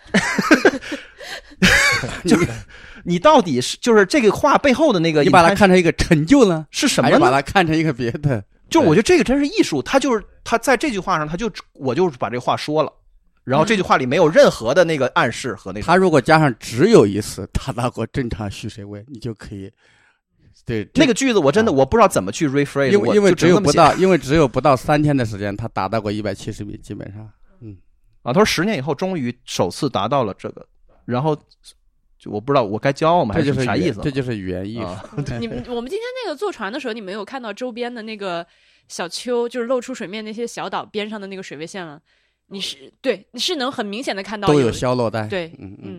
就是你到底是就是这个话背后的那个， 你把它看成一个成就呢， 是什么呢？ 还是把它看成一个别的？ 就我觉得这个真是艺术，他在这句话上，我就把这话说了，然后这句话里没有任何的那个暗示和那个。 他如果加上只有一次达到过正常蓄水位，你就可以。对那个句子，我真的我不知道怎么去 rephrase， 因为只有不到3天的时间，他达到过170米，基本上， 他说10年以后终于首次达到了这个，然后。就我不知道我该骄傲吗？还是啥意思？ 这就是语言艺术。 我们今天那个坐船的时候，你们有看到周边的那个小丘，就是露出水面那些小岛边上的那个水位线吗？你是能很明显的看到都有消落带。 对，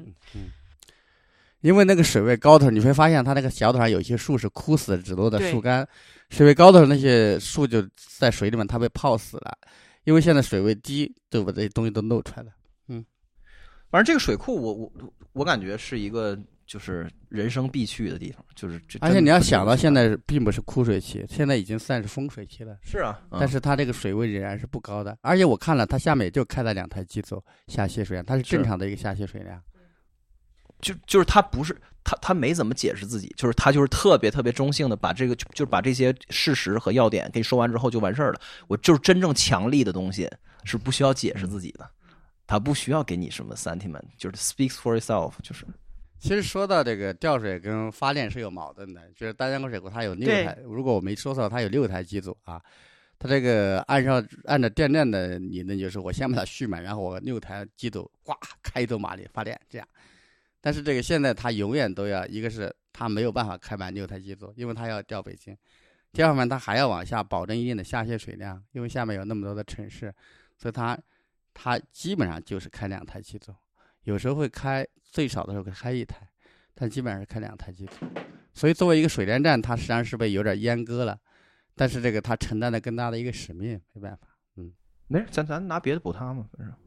因为那个水位高头，你会发现它那个小岛上有些树是枯死的，只落的树干。水位高头那些树就在水里面，它被泡死了。因为现在水位低，就把这些东西都露出来了。 反正这个水库，我感觉是一个就是人生必去的地方，就是而且你要想到现在并不是枯水期，现在已经算是丰水期了。 是啊， 但是它这个水位仍然是不高的，而且我看了，它下面也就开了2台机组下泄水量，它是正常的一个下泄水量。 就是他不是他没怎么解释自己，就是他就是特别特别中性的把这个就是把这些事实和要点给你说完之后就完事儿了。我就是真正强力的东西是不需要解释自己的，他不需要给你什么 sentiment， 就是 speaks for itself， 就是。 其实说到这个吊水跟发电是有矛盾的，就是丹江口水库它有6台，如果我没说错，它有6台机组啊。它这个按照电链的理论就是我先把它蓄满，然后我6台机组呱开1多马力发电这样。但是这个现在它永远都要，一个是它没有办法开满6台机组，因为它要调北京；第二方面它还要往下保证一定的下泄水量，因为下面有那么多的城市，所以它基本上就是开2台机组，有时候会开最少的时候会开1台，但基本上是开2台机组。所以作为一个水电站，它实际上是被有点阉割了，但是这个它承担了更大的一个使命，没办法。 没事，咱拿别的补它嘛，反正。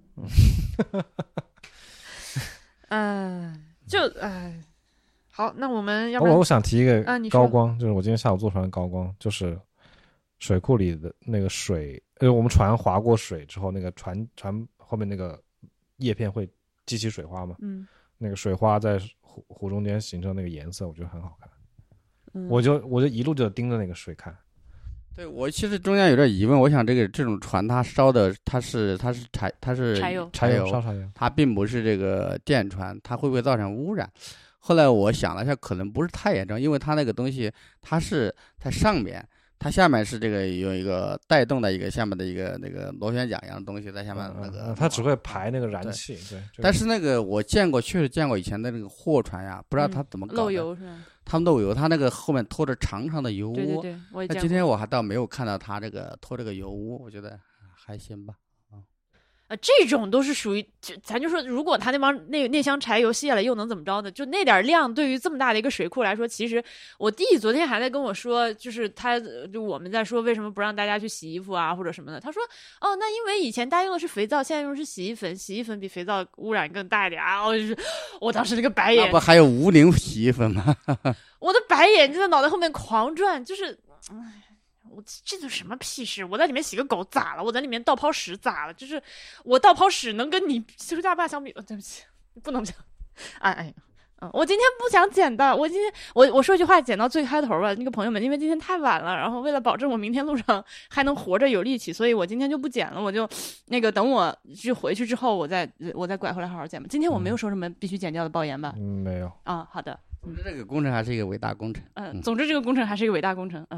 好，那我们要不然我想提一个你说高光，就是我今天下午坐船的高光，就是水库里的那个水，我们船划过水之后，那个船后面那个叶片会激起水花嘛，那个水花在湖中间形成那个颜色，我觉得很好看。我就一路就盯着那个水看。 对，我其实中间有点疑问，我想这种船它烧的它是柴油， 烧柴油， 它并不是这个电船，它会不会造成污染？后来我想了一下，可能不是太严重，因为它那个东西它是在上面，它下面是这个有一个带动的一个下面的一个那个螺旋桨一样的东西在下面那个， 它只会排那个燃气。对， 但是那个我确实见过以前的那个货船呀，不知道它怎么搞的， 漏油是吧？ 他们漏油，它那个后面拖着长长的油污。 对，我也见过。 那今天我还倒没有看到它这个拖这个油污，我觉得还行吧。 这种都是属于，咱就说，如果他那箱柴油卸了，又能怎么着呢？就那点量，对于这么大的一个水库来说，其实我弟昨天还在跟我说，就是就我们在说为什么不让大家去洗衣服啊，或者什么的。他说，哦，那因为以前大家用的是肥皂，现在用的是洗衣粉，洗衣粉比肥皂污染更大一点啊。我当时这个白眼， 那不还有无磷洗衣粉吗？ 我的白眼就在脑袋后面狂转，就是，我这都什么屁事？我在里面洗个狗咋了？我在里面倒泡屎咋了？就是我倒泡屎能跟你修大坝相比？对不起，不能讲。我今天不想剪的。我今天我说一句话，剪到最开头吧。那个朋友们，因为今天太晚了，然后为了保证我明天路上还能活着有力气，所以我今天就不剪了。我就那个等我去回去之后，我再拐回来好好剪吧。今天我没有说什么必须剪掉的爆言吧？ 没有。 啊，好的。 总之这个工程还是一个伟大工程。 总之这个工程还是一个伟大工程。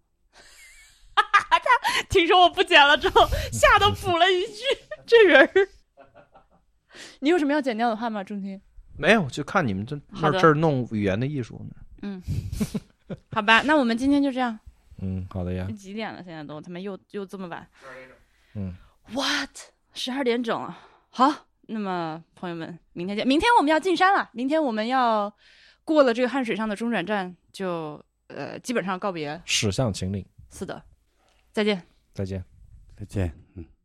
他听说我不剪了之后，吓得补了一句：“这人儿。”你有什么要剪掉的话吗，钟听？ 没有，就看你们这儿弄语言的艺术呢。 好吧，那我们今天就这样。 好的呀。 几点了？现在都他妈又这么晚。 What？ 12点整了。好，那么朋友们，明天见。明天我们要进山了。明天我们要过了这个汉水上的中转站，就基本上告别。 驶向秦岭。 是的。再见。 再见。 再见。